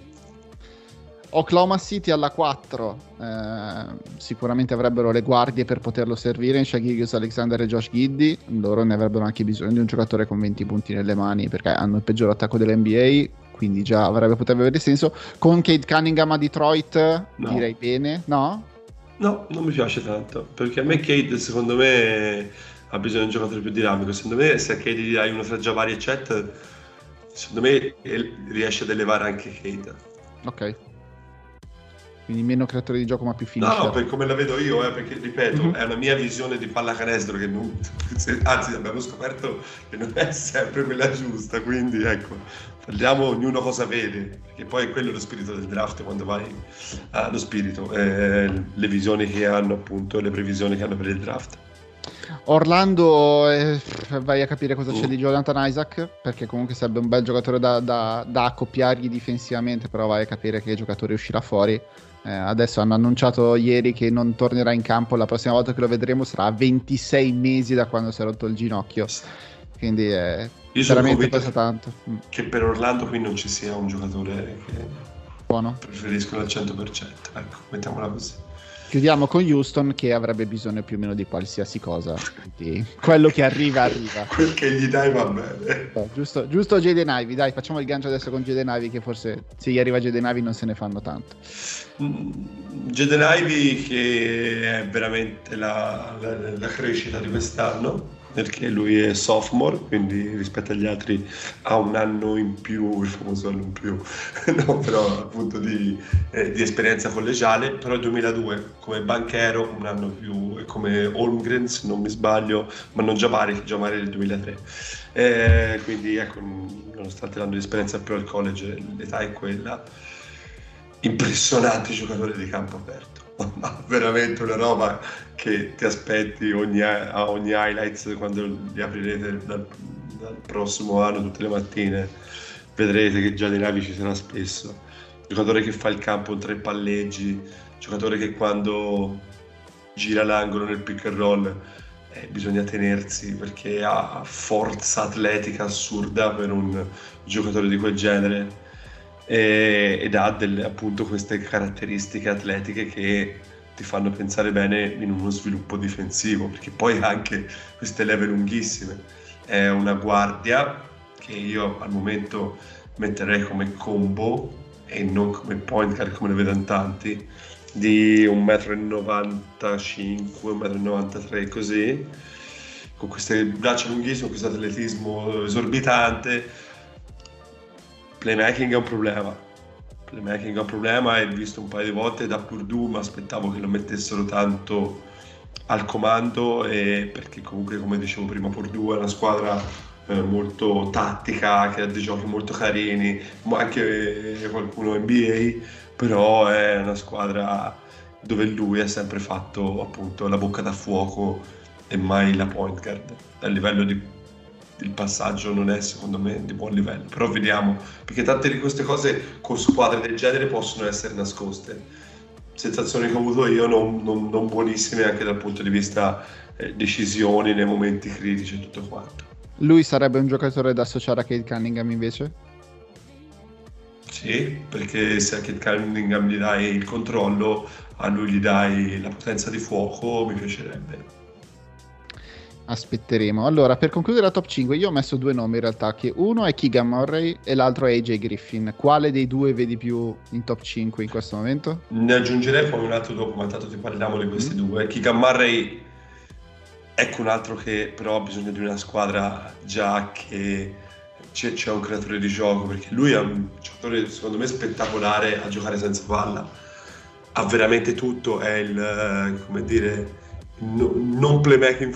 Oklahoma City alla 4, sicuramente avrebbero le guardie per poterlo servire in Shai Gilgeous-Alexander e Josh Giddey. Loro ne avrebbero anche bisogno di un giocatore con 20 punti nelle mani, perché hanno il peggior attacco dell'NBA, quindi già potrebbe avere senso. Con Cade Cunningham a Detroit direi bene, no? No, non mi piace tanto, perché a me Cade secondo me ha bisogno di un giocatore più dinamico. Secondo me se a Cade gli dai uno tra Jabari e Chet, secondo me riesce ad elevare anche Cade. Ok. Quindi meno creatore di gioco ma più finisher. No, per come la vedo io, perché ripeto, è una mia visione di pallacanestro che non, anzi abbiamo scoperto che non è sempre quella giusta, quindi ecco, parliamo ognuno cosa vede, perché poi è quello lo spirito del draft, quando vai allo spirito, le visioni che hanno appunto, le previsioni che hanno per il draft. Orlando, vai a capire cosa c'è di Jonathan Isaac, perché comunque sarebbe un bel giocatore da accoppiargli difensivamente, però vai a capire che giocatore uscirà fuori. Adesso hanno annunciato ieri che non tornerà in campo, la prossima volta che lo vedremo sarà a 26 mesi da quando si è rotto il ginocchio, quindi io veramente pesa tanto. Che per Orlando qui non ci sia un giocatore che buono, preferiscono al 100%, ecco, mettiamola così. Chiudiamo con Houston, che avrebbe bisogno più o meno di qualsiasi cosa, quindi quello che arriva. Quel che gli dai va bene. Giusto Jaden Ivey, dai, facciamo il gancio adesso con Jaden Ivey, che forse se gli arriva Jaden Ivey non se ne fanno tanto. Jaden Ivey che è veramente la crescita di quest'anno, perché lui è sophomore, quindi rispetto agli altri ha un anno in più, il famoso anno in più, no, però appunto di esperienza collegiale, però il 2002 come banchero, un anno più, e come Holmgren se non mi sbaglio, ma non Jabari del 2003, quindi ecco, nonostante l'anno di esperienza più al college, l'età è quella. Impressionante giocatore di campo aperto, ma veramente una roba che ti aspetti a ogni highlights quando li aprirete dal prossimo anno tutte le mattine, vedrete che già nei navi ci sarà spesso. Giocatore che fa il campo in 3 palleggi, giocatore che quando gira l'angolo nel pick and roll bisogna tenersi, perché ha forza atletica assurda per un giocatore di quel genere. Ed ha appunto queste caratteristiche atletiche che ti fanno pensare bene in uno sviluppo difensivo, perché poi ha anche queste leve lunghissime. È una guardia che io al momento metterei come combo e non come point guard come lo vedo in tanti, di 1,95 m, 1,93 m, così, con queste braccia lunghissime, questo atletismo esorbitante. Playmaking è un problema, playmaking è un problema, e visto un paio di volte da Purdue, ma aspettavo che lo mettessero tanto al comando, e perché comunque, come dicevo prima, Purdue è una squadra molto tattica, che ha dei giochi molto carini, ma anche qualcuno NBA, però è una squadra dove lui ha sempre fatto appunto la bocca da fuoco e mai la point guard. A livello il passaggio non è, secondo me, di buon livello, però vediamo, perché tante di queste cose con squadre del genere possono essere nascoste. Sensazioni che ho avuto io non buonissime anche dal punto di vista decisioni nei momenti critici e tutto quanto. Lui sarebbe un giocatore da associare a Cade Cunningham invece? Sì, perché se a Cade Cunningham gli dai il controllo, a lui gli dai la potenza di fuoco, mi piacerebbe. Aspetteremo. Allora, per concludere la top 5, io ho messo due nomi in realtà, che uno è Keegan Murray e l'altro è AJ Griffin. Quale dei due vedi più in top 5 in questo momento? Ne aggiungerei poi un altro dopo, ma tanto ti parliamo di questi due. Keegan Murray, ecco un altro che però ha bisogno di una squadra già che c'è un creatore di gioco, perché lui è un giocatore secondo me spettacolare a giocare senza palla, ha veramente tutto, è il, come dire, non playmaking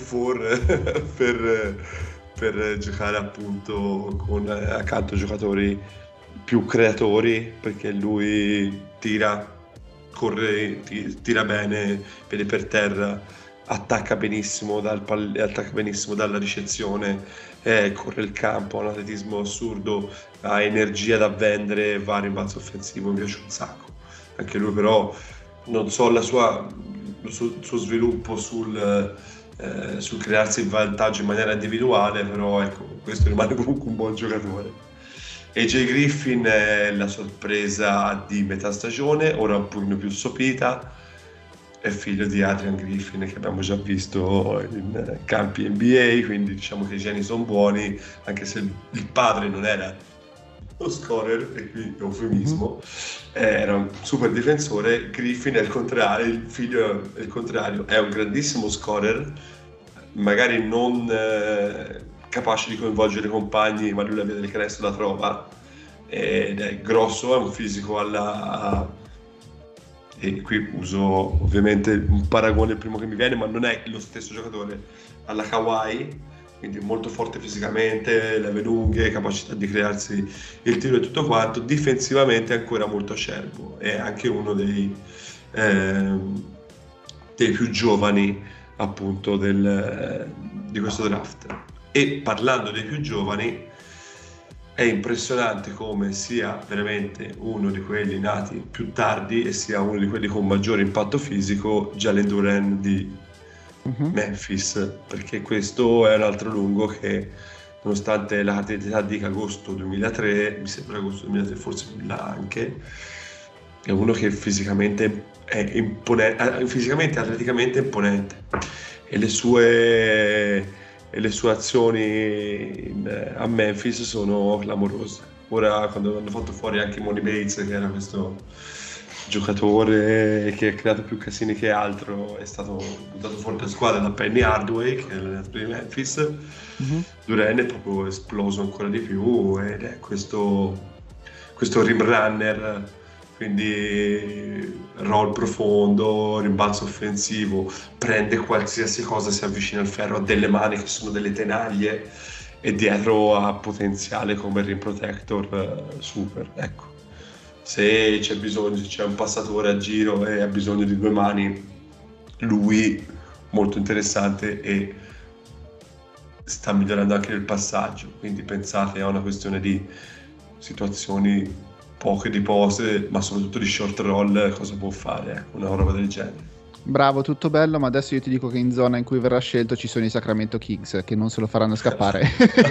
per giocare appunto con accanto giocatori più creatori, perché lui tira, corre, tira bene, piede per terra, attacca benissimo dalla ricezione, corre il campo, ha un atletismo assurdo, ha energia da vendere, va a rimbalzo offensivo, mi piace un sacco. Anche lui però non so il suo sviluppo sul crearsi il vantaggio in maniera individuale, però ecco, questo rimane comunque un buon giocatore. AJ Griffin è la sorpresa di metà stagione, ora un pochino più sopita, è figlio di Adrian Griffin che abbiamo già visto in campi NBA, quindi diciamo che i geni sono buoni, anche se il padre non era lo scorer, e qui è eufemismo, era un super difensore. Griffin è il contrario, il figlio è il contrario, è un grandissimo scorer, magari non capace di coinvolgere i compagni, ma lui la via del canestro la trova, ed è grosso, è un fisico e qui uso ovviamente un paragone, il primo che mi viene, ma non è lo stesso giocatore, alla Kawhi, quindi molto forte fisicamente, leve lunghe, capacità di crearsi il tiro e tutto quanto. Difensivamente è ancora molto acerbo, è anche uno dei più giovani appunto di questo draft. E parlando dei più giovani, è impressionante come sia veramente uno di quelli nati più tardi e sia uno di quelli con maggiore impatto fisico, Jalen Duren di Memphis, perché questo è un altro lungo che, nonostante la carta d'identità dica agosto 2003, mi sembra agosto 2003, forse anche, è uno che fisicamente è imponente, fisicamente, atleticamente imponente, e le sue azioni a Memphis sono clamorose. Ora, quando hanno fatto fuori anche Money Bates, che era questo giocatore che ha creato più casini che altro, è stato buttato fuori da squadra da Penny Hardaway, che è l'allenatore di Memphis. Duren è proprio esploso ancora di più, ed è questo rim runner, quindi roll profondo, rimbalzo offensivo, prende qualsiasi cosa, si avvicina al ferro, ha delle mani che sono delle tenaglie, e dietro ha potenziale come rim protector super. Ecco, se c'è bisogno, se c'è un passatore a giro e ha bisogno di due mani, lui molto interessante, e sta migliorando anche nel passaggio, quindi pensate a una questione di situazioni poche di pose, ma soprattutto di short roll, cosa può fare, ecco, una roba del genere. Bravo, tutto bello, ma adesso io ti dico che in zona in cui verrà scelto ci sono i Sacramento Kings, che non se lo faranno scappare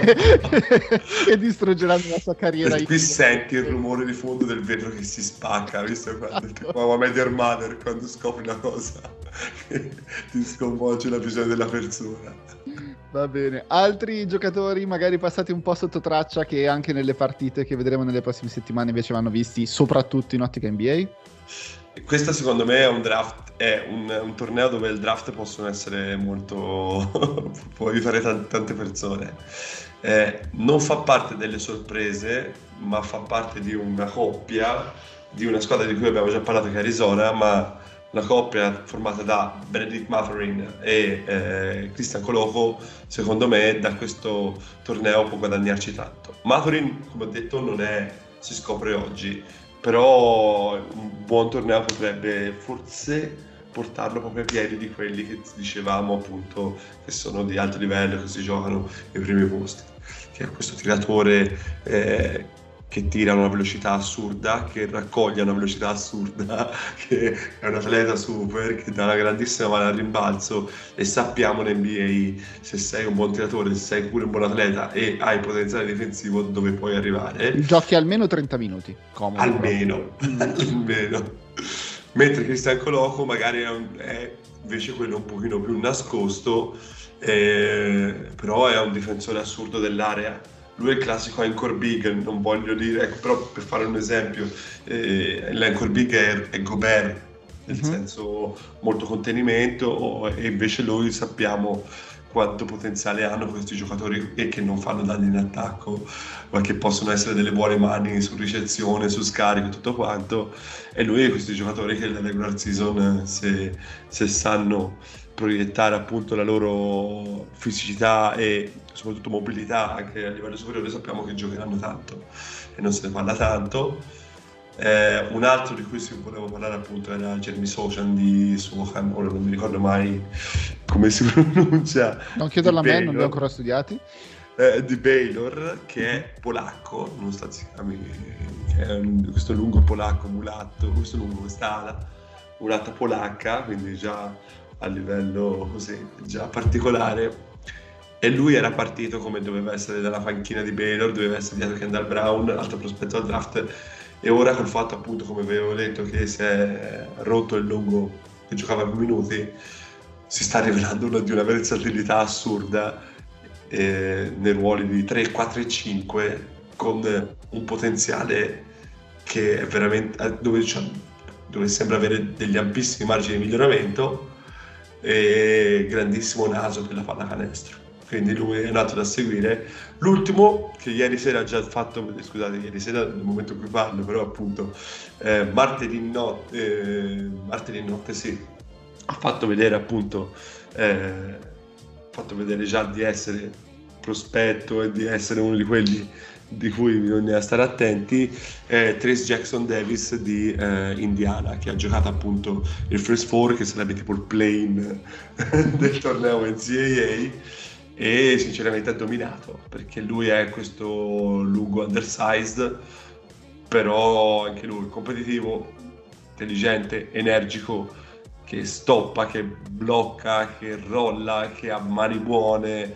e distruggeranno la sua carriera. Qui senti il rumore di fondo del vetro che si spacca, visto quando tipo Meteor Mother, quando scopri una cosa che ti sconvolge la visione della persona. Va bene, altri giocatori magari passati un po' sotto traccia, che anche nelle partite che vedremo nelle prossime settimane invece vanno visti, soprattutto in ottica NBA? Questa secondo me è un draft, è un torneo dove il draft possono essere molto può aiutare tante persone. Non fa parte delle sorprese, ma fa parte di una coppia di una squadra di cui abbiamo già parlato, che è Arizona, ma la coppia formata da Benedict Mathurin e Christian Coloco, secondo me da questo torneo può guadagnarci tanto. Mathurin, come ho detto, si scopre oggi, però un buon torneo potrebbe forse portarlo proprio ai piedi di quelli che dicevamo, appunto, che sono di alto livello, che si giocano ai primi posti, che è questo tiratore che tira a una velocità assurda, che raccoglie a una velocità assurda, che è un atleta super, che dà una grandissima mano al rimbalzo, e sappiamo in NBA, se sei un buon tiratore, se sei pure un buon atleta e hai potenziale difensivo, dove puoi arrivare. Giochi almeno 30 minuti, comodo. Almeno. Mentre Christian Coloco magari è invece quello un pochino più nascosto, però è un difensore assurdo dell'area. Lui è il classico anchor big, non voglio dire, ecco, però per fare un esempio, l'anchor big è Gobert, nel senso molto contenimento, e invece noi sappiamo quanto potenziale hanno questi giocatori, e che non fanno danni in attacco, ma che possono essere delle buone mani su ricezione, su scarico, tutto quanto. E lui è questi giocatori che nella regular season, se sanno proiettare appunto la loro fisicità e soprattutto mobilità anche a livello superiore, sappiamo che giocheranno tanto, e non se ne parla tanto. Un altro di cui volevo parlare appunto era Jeremy Sochan di Sochan, ora non mi ricordo mai come si pronuncia. Non chiederlo a me, non li ho ancora studiati. Di Baylor, che è polacco, non sta zicami, che è questo lungo polacco mulatto, quest'ala mulatta polacca, quindi già a livello così già particolare. E lui era partito come doveva essere dalla panchina di Baylor, doveva essere dietro Kendall Brown, altro prospetto al draft, e ora col fatto appunto, come avevo detto, che si è rotto il lungo che giocava più minuti, si sta rivelando di una versatilità assurda nei ruoli di 3, 4 e 5, con un potenziale che è veramente dove sembra avere degli ampissimi margini di miglioramento, e grandissimo naso per la pallacanestro. Quindi lui è nato da seguire. L'ultimo, che ieri sera ha già fatto, scusate, ieri sera nel momento in cui parlo, però appunto martedì notte sì, ha fatto vedere appunto già di essere prospetto e di essere uno di quelli di cui bisogna stare attenti. Trace Jackson Davis di Indiana, che ha giocato appunto il First Four, che sarebbe tipo il play-in del torneo NCAA, e sinceramente ha dominato, perché lui è questo lungo undersized, però anche lui competitivo, intelligente, energico, che stoppa, che blocca, che rolla, che ha mani buone.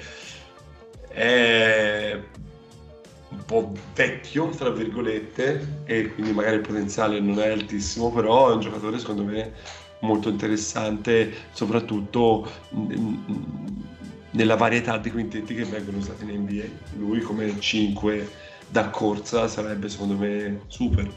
È un po' vecchio, tra virgolette, e quindi magari il potenziale non è altissimo, però è un giocatore secondo me molto interessante, soprattutto nella varietà di quintetti che vengono usati in NBA. Lui come 5 da corsa sarebbe secondo me super.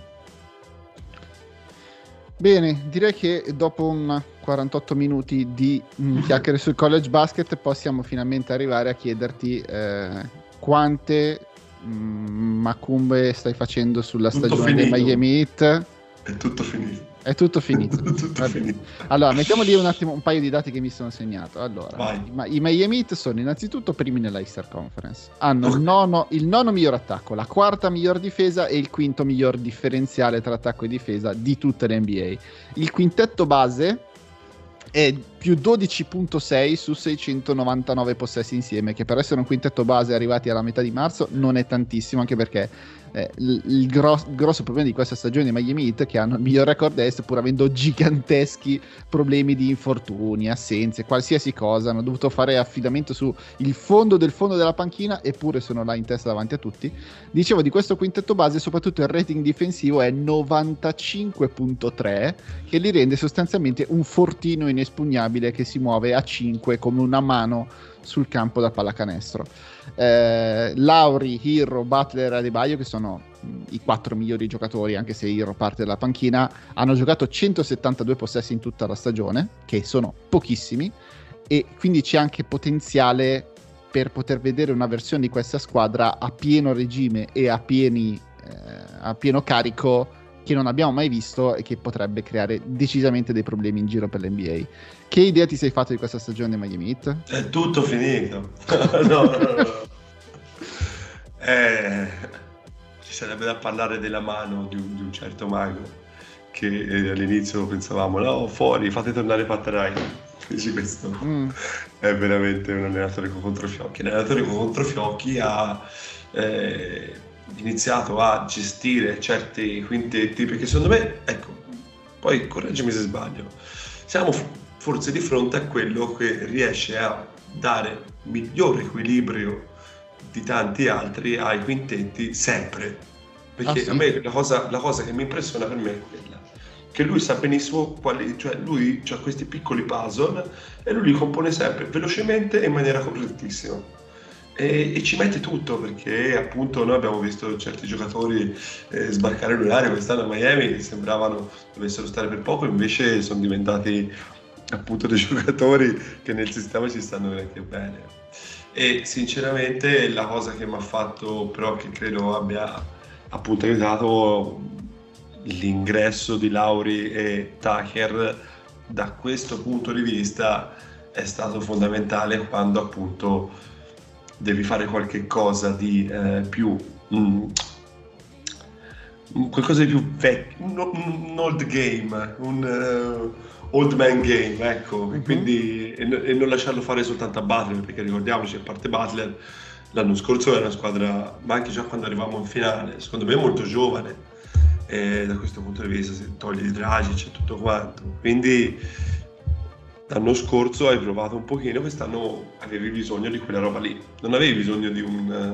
Bene, direi che dopo un 48 minuti di chiacchiere sul college basket possiamo finalmente arrivare a chiederti quante macumbe stai facendo sulla stagione dei Miami Heat. È tutto finito. È tutto finito. Tutto finito. Allora, mettiamo lì un attimo un paio di dati che mi sono segnato. Allora, i Miami Heat sono innanzitutto primi nella Eastern Conference. Hanno il nono miglior attacco, la quarta miglior difesa e il quinto miglior differenziale tra attacco e difesa di tutte le NBA. Il quintetto base è più 12.6 su 699 possessi insieme, che per essere un quintetto base arrivati alla metà di marzo non è tantissimo, anche perché il grosso problema di questa stagione dei Miami Heat è che hanno il miglior record est, pur avendo giganteschi problemi di infortuni, assenze, qualsiasi cosa. Hanno dovuto fare affidamento su il fondo della panchina, eppure sono là in testa davanti a tutti. Dicevo, di questo quintetto base soprattutto il rating difensivo è 95.3, che li rende sostanzialmente un fortino inespugnabile che si muove a 5 come una mano sul campo da pallacanestro. Lauri, Herro, Butler e Adebayo, che sono i 4 migliori giocatori, anche se Herro parte dalla panchina, hanno giocato 172 possessi in tutta la stagione, che sono pochissimi, e quindi c'è anche potenziale per poter vedere una versione di questa squadra a pieno regime e a pieno carico che non abbiamo mai visto e che potrebbe creare decisamente dei problemi in giro per l'NBA. Che idea ti sei fatto di questa stagione di Miami Heat? È tutto finito. No. Ci sarebbe da parlare della mano di un certo mago che all'inizio pensavamo no, fuori, fate tornare Pat Riley. Dici questo è veramente un allenatore con controfiocchi. L'allenatore con controfiocchi ha iniziato a gestire certi quintetti, perché secondo me, ecco, poi correggimi se sbaglio, siamo forse di fronte a quello che riesce a dare miglior equilibrio di tanti altri ai quintetti sempre, perché sì? a me la cosa che mi impressiona per me è quella che lui sa benissimo quali, cioè lui ha questi piccoli puzzle e lui li compone sempre velocemente e in maniera correttissima e ci mette tutto, perché appunto noi abbiamo visto certi giocatori sbarcare l'orario quest'anno a Miami che sembravano dovessero stare per poco, invece sono diventati appunto dei giocatori che nel sistema ci stanno veramente bene. E sinceramente la cosa che mi ha fatto, però, che credo abbia appunto aiutato l'ingresso di Lauri e Tucker da questo punto di vista è stato fondamentale, quando appunto devi fare qualche cosa di più qualcosa di più vecchio, un old game, un old man game, ecco, quindi e non lasciarlo fare soltanto a Butler, perché ricordiamoci, a parte Butler, l'anno scorso era una squadra, ma anche già quando arrivavamo in finale, secondo me molto giovane, e da questo punto di vista si toglie di Dragic e tutto quanto, quindi l'anno scorso hai provato un pochino, quest'anno avevi bisogno di quella roba lì, non avevi bisogno di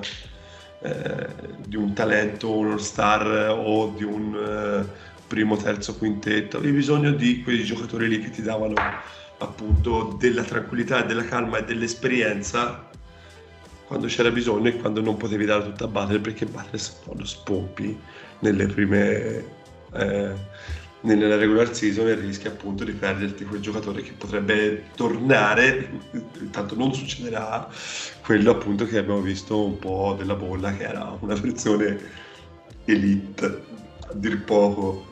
un talento, un all-star o di un primo, terzo, quintetto, avevi bisogno di quei giocatori lì che ti davano appunto della tranquillità, della calma e dell'esperienza quando c'era bisogno e quando non potevi dare tutta a Butler, perché Butler lo spompi nelle prime nella regular season e rischi appunto di perderti quel giocatore che potrebbe tornare, tanto non succederà quello appunto che abbiamo visto un po' della bolla, che era una versione elite a dir poco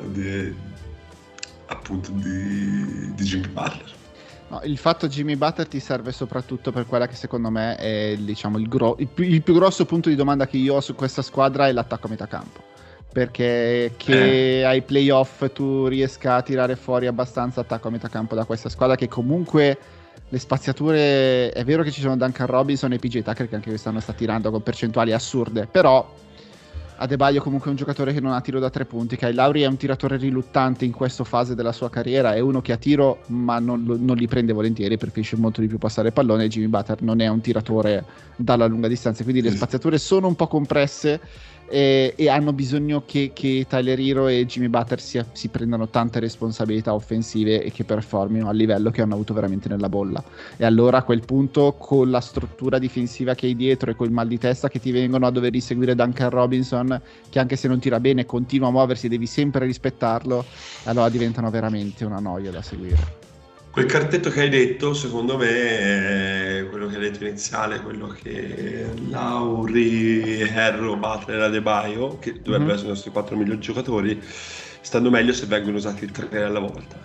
appunto di Jimmy Butler. No, il fatto Jimmy Butler ti serve soprattutto per quella che secondo me è, diciamo, il più grosso punto di domanda che io ho su questa squadra è l'attacco a metà campo, perché che ai playoff tu riesca a tirare fuori abbastanza attacco a metà campo da questa squadra, che comunque le spaziature, è vero che ci sono Duncan Robinson e PJ Tucker che anche quest'anno sta tirando con percentuali assurde, però Adebayo comunque è un giocatore che non ha tiro da 3 punti. Kyle Lowry è un tiratore riluttante in questa fase della sua carriera, è uno che ha tiro ma non li prende volentieri, preferisce molto di più passare il pallone, e Jimmy Butler non è un tiratore dalla lunga distanza, quindi le spaziature sono un po' compresse e hanno bisogno che Tyler Hero e Jimmy Butler si prendano tante responsabilità offensive e che performino al livello che hanno avuto veramente nella bolla. E allora a quel punto, con la struttura difensiva che hai dietro e col mal di testa che ti vengono a dover inseguire Duncan Robinson, che anche se non tira bene continua a muoversi, devi sempre rispettarlo, allora diventano veramente una noia da seguire. Quel quartetto che hai detto, secondo me, è quello che hai detto iniziale, quello che Lauri, Herro, Butler e Adebayo, che dovrebbero essere i nostri 4 migliori giocatori, stanno meglio se vengono usati il 3 alla volta.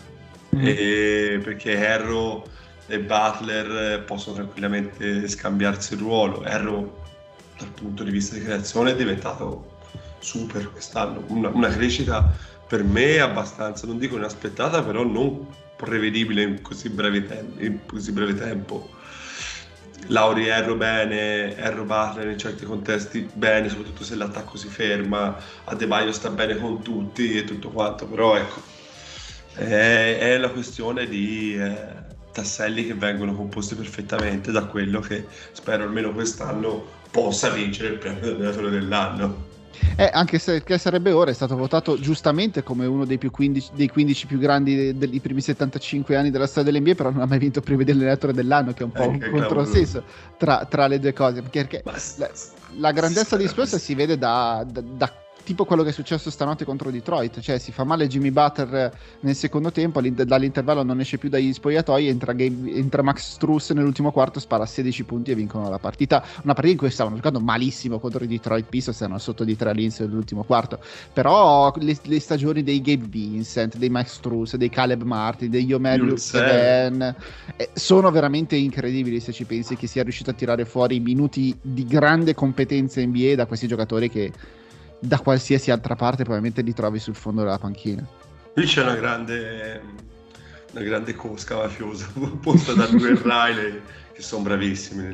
Perché Herro e Butler possono tranquillamente scambiarsi il ruolo. Herro, dal punto di vista di creazione, è diventato super quest'anno, una crescita per me abbastanza, non dico inaspettata, però non prevedibile in così breve tempo. Lauri Herro bene, Herro Butler in certi contesti bene, soprattutto se l'attacco si ferma, Adebayo sta bene con tutti e tutto quanto, però ecco, è la questione di tasselli che vengono composti perfettamente da quello che spero almeno quest'anno possa vincere il premio del allenatore dell'anno. Anche se che sarebbe ora, è stato votato giustamente come uno dei 15 più grandi dei primi 75 anni della storia dell'NBA, però non ha mai vinto il premio dell'allenatore dell'anno, che è un po' un controsenso tra le due cose, perché la grandezza di Spurs si vede da tipo quello che è successo stanotte contro Detroit, cioè si fa male Jimmy Butler nel secondo tempo, dall'intervallo non esce più dagli spogliatoi, entra Max Strus nell'ultimo quarto, spara 16 punti e vincono la partita, una partita in cui stavano giocando malissimo contro i Detroit Pistons, erano sotto di 3 all'inizio dell'ultimo quarto, però le stagioni dei Gabe Vincent, dei Max Strus, dei Caleb Martin, degli Omer sono veramente incredibili, se ci pensi che sia riuscito a tirare fuori minuti di grande competenza NBA da questi giocatori che da qualsiasi altra parte probabilmente li trovi sul fondo della panchina. Lì c'è una grande cosca mafiosa posta da lui e Riley, che sono bravissimi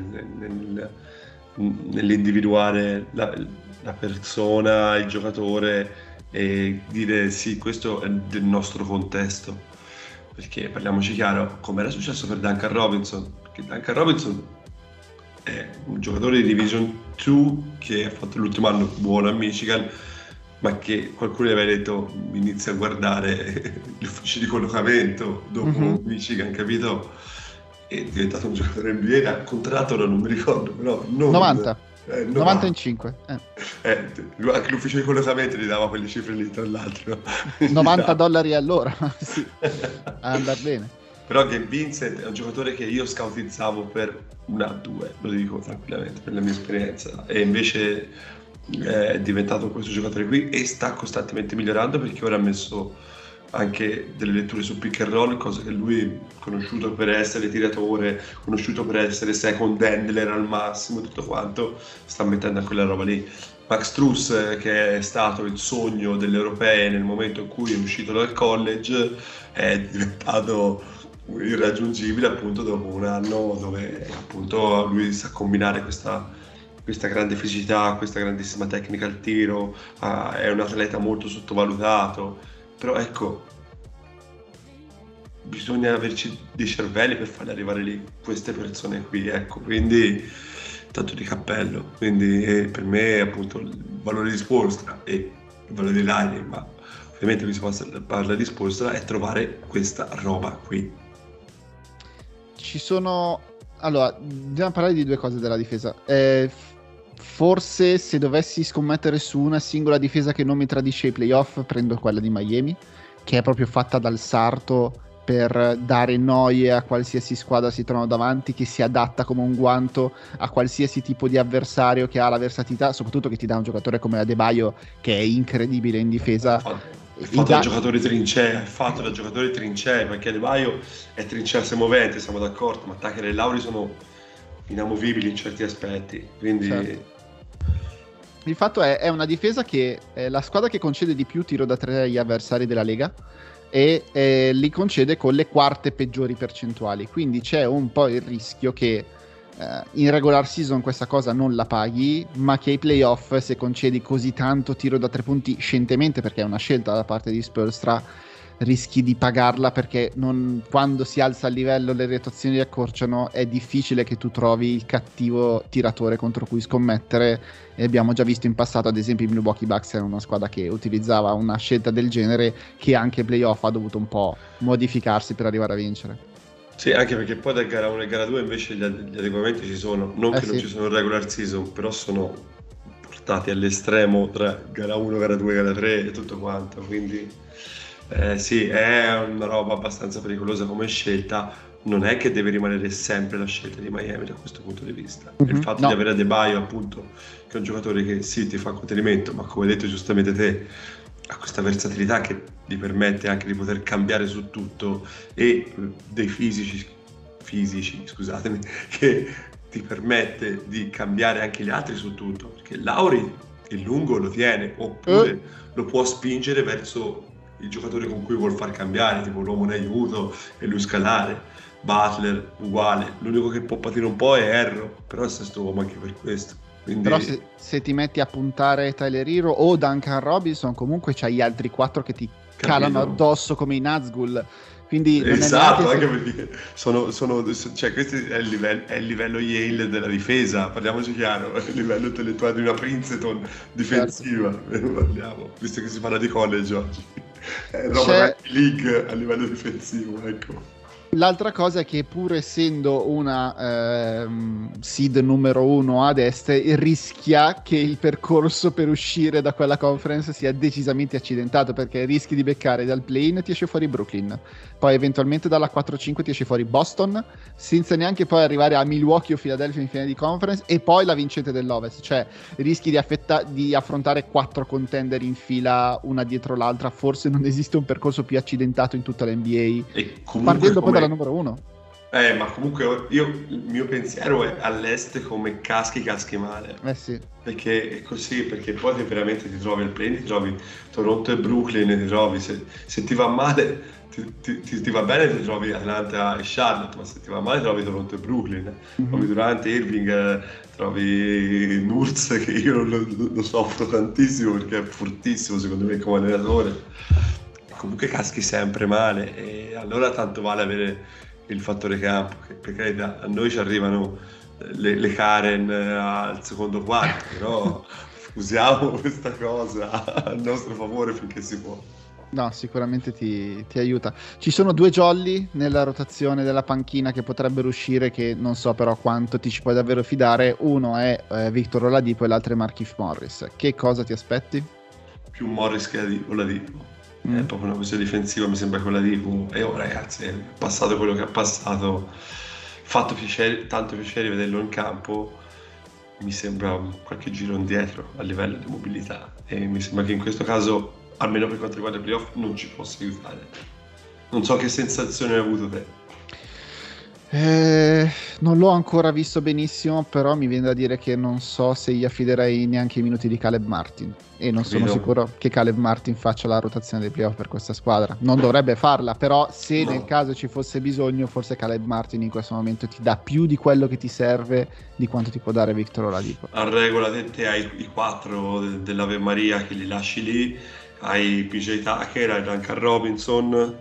nell'individuare la persona, il giocatore, e dire sì, questo è del nostro contesto, perché parliamoci chiaro, come era successo per Duncan Robinson, perché Duncan Robinson è un giocatore di Division 2 che ha fatto l'ultimo anno buono a Michigan, ma che qualcuno gli aveva detto inizia a guardare gli uffici di collocamento dopo Michigan, capito? È diventato un giocatore NBA, ha contratto, non mi ricordo, però 90 in 5 anche l'ufficio di collocamento gli dava quelle cifre lì, tra l'altro $90 all'ora. Sì, a andar bene. Però Gabe Vincent è un giocatore che io scoutizzavo per 1-2, lo dico tranquillamente per la mia esperienza, e invece è diventato questo giocatore qui e sta costantemente migliorando, perché ora ha messo anche delle letture su pick and roll, cosa che lui, conosciuto per essere tiratore, conosciuto per essere second handler al massimo, tutto quanto, sta mettendo a quella roba lì. Max Strus, che è stato il sogno delle europee nel momento in cui è uscito dal college, è diventato irraggiungibile appunto dopo un anno dove appunto lui sa combinare questa grande fisicità, questa grandissima tecnica al tiro, è un atleta molto sottovalutato. Però ecco, bisogna averci dei cervelli per farli arrivare lì, queste persone qui, ecco, quindi tanto di cappello. Quindi per me appunto il valore di Spoelstra e il valore di Riley, ma ovviamente qui si parla di Spoelstra, è trovare questa roba qui. Allora, dobbiamo parlare di due cose della difesa. Forse se dovessi scommettere su una singola difesa che non mi tradisce ai playoff, prendo quella di Miami, che è proprio fatta dal sarto per dare noie a qualsiasi squadra si trovano davanti, che si adatta come un guanto a qualsiasi tipo di avversario, che ha la versatilità, soprattutto che ti dà un giocatore come Adebayo che è incredibile in difesa. Fatto da giocatore trincee, perché Adebayo è trincea semovente, siamo d'accordo, ma Tucker e Lauri sono inamovibili in certi aspetti, quindi certo. Il fatto è una difesa che è la squadra che concede di più tiro da 3 agli avversari della Lega e li concede con le quarte peggiori percentuali, quindi c'è un po' il rischio che in regular season questa cosa non la paghi, ma che ai playoff, se concedi così tanto tiro da 3 punti scientemente, perché è una scelta da parte di Spoelstra, rischi di pagarla, perché quando si alza il livello le rotazioni si accorciano, è difficile che tu trovi il cattivo tiratore contro cui scommettere, e abbiamo già visto in passato ad esempio i Milwaukee Bucks era una squadra che utilizzava una scelta del genere, che anche ai playoff ha dovuto un po' modificarsi per arrivare a vincere. Sì, anche perché poi da gara 1 e gara 2 invece gli adeguamenti ci sono, non che non ci sono in regular season, però sono portati all'estremo tra gara 1, gara 2, gara 3 e tutto quanto, quindi sì, è una roba abbastanza pericolosa come scelta. Non è che deve rimanere sempre la scelta di Miami da questo punto di vista. Il fatto di avere Adebayo, appunto, che è un giocatore che sì, ti fa contenimento, ma come hai detto giustamente te, ha questa versatilità che ti permette anche di poter cambiare su tutto, e dei fisici, scusatemi, che ti permette di cambiare anche gli altri su tutto, perché Lauri il lungo lo tiene, oppure lo può spingere verso il giocatore con cui vuol far cambiare, tipo l'uomo in aiuto e lui scalare. Butler uguale, l'unico che può patire un po' è Herro, però è sesto uomo anche per questo. Quindi... Però se ti metti a puntare Tyler Hero o Duncan Robinson, comunque c'hai gli altri 4 che ti calano addosso come i Nazgul. Quindi esatto, anche perché cioè questo è il livello Yale della difesa, parliamoci chiaro, è il livello intellettuale di una Princeton difensiva, parliamo, visto che si parla di college oggi, è roba League a livello difensivo, ecco. L'altra cosa è che pur essendo una seed numero 1 ad est, rischia che il percorso per uscire da quella conference sia decisamente accidentato, perché rischi di beccare dal play-in ti esce fuori Brooklyn, poi eventualmente dalla 4-5 ti esce fuori Boston, senza neanche poi arrivare a Milwaukee o Philadelphia in finale di conference, e poi la vincente dell'Ovest, cioè rischi di affrontare 4 contender in fila una dietro l'altra. Forse non esiste un percorso più accidentato in tutta l'NBA, E comunque partendo poi dalla numero 1. Ma comunque il mio pensiero è all'est come caschi male. Sì. Perché è così, perché poi veramente ti trovi al play, ti trovi Toronto e Brooklyn, ti trovi, se ti va male, ti va bene, ti trovi Atlanta e Charlotte, ma se ti va male trovi Toronto e Brooklyn, trovi Durant, Irving, trovi Nurse, che io lo soffro tantissimo perché è fortissimo secondo me come allenatore. Comunque caschi sempre male, e allora tanto vale avere il fattore campo, che per carità a noi ci arrivano le Karen al secondo quarto, però usiamo questa cosa a nostro favore finché si può. No, sicuramente ti aiuta. Ci sono 2 jolly nella rotazione della panchina che potrebbero uscire, che non so però quanto ti ci puoi davvero fidare. Uno è Victor Oladipo e l'altro è Markieff Morris. Che cosa ti aspetti? Più Morris che Oladipo. È proprio una questione difensiva, mi sembra quella di ragazzi, è passato quello che ha passato, fatto tanto piacere vederlo in campo, mi sembra qualche giro indietro a livello di mobilità, e mi sembra che in questo caso, almeno per quanto riguarda i playoff, non ci possa aiutare. Non so che sensazione hai avuto te. Non l'ho ancora visto benissimo, però mi viene da dire che non so se gli affiderei neanche i minuti di Caleb Martin, e non sono sicuro che Caleb Martin faccia la rotazione dei playoff per questa squadra. Non dovrebbe farla, però se nel caso ci fosse bisogno, forse Caleb Martin in questo momento ti dà più di quello che ti serve di quanto ti può dare Victor Oladipo. A regola te hai i 4 dell'Ave Maria che li lasci lì, hai PJ Tucker, hai Duncan Robinson,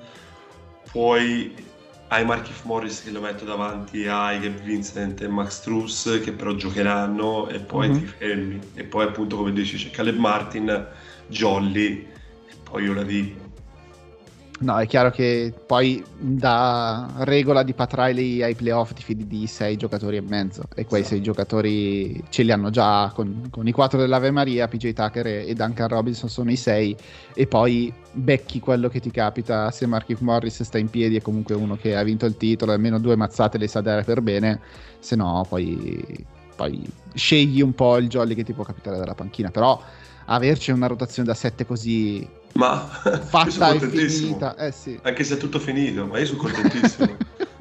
poi hai Markieff Morris che lo metto davanti ai Gabe Vincent e Max Strus, che però giocheranno, e poi ti fermi, e poi appunto come dici c'è Caleb Martin, Jolly, e poi io la dico. No, è chiaro che poi da regola di Pat Riley ai playoff ti fidi di 6 giocatori e mezzo, e quei 6 giocatori ce li hanno già con i 4 dell'Ave Maria. PJ Tucker e Duncan Robinson sono i 6, e poi becchi quello che ti capita. Se Markieff Morris sta in piedi è comunque uno che ha vinto il titolo, almeno 2 mazzate le sa dare per bene, se no poi scegli un po' il jolly che ti può capitare dalla panchina. Però averci una rotazione da 7 così fatta e finita, sì. Anche se è tutto finito, ma io sono contentissimo.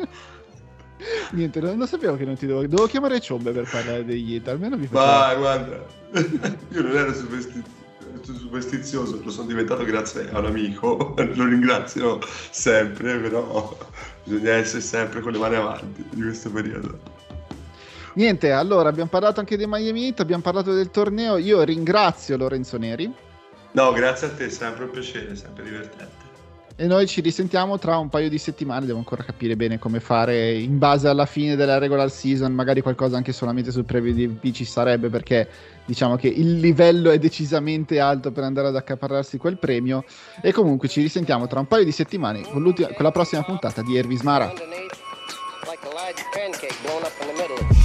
Niente, non sapevo che non ti dovevo chiamare Ciombe per parlare degli Heat, almeno mi faceva... guarda, io non ero superstizioso, lo sono diventato grazie a un amico, lo ringrazio sempre, però bisogna essere sempre con le mani avanti di questo periodo. Niente, allora abbiamo parlato anche dei Miami Heat, abbiamo parlato del torneo. Io ringrazio Lorenzo Neri. No, grazie a te, sempre un piacere, sempre divertente. E noi ci risentiamo tra un paio di settimane. Devo ancora capire bene come fare in base alla fine della regular season. Magari qualcosa anche solamente sul premio di MVP ci sarebbe, perché diciamo che il livello è decisamente alto per andare ad accaparrarsi quel premio. E comunque ci risentiamo tra un paio di settimane con la prossima puntata di Ervismara. Like a large pancake blown up in the middle.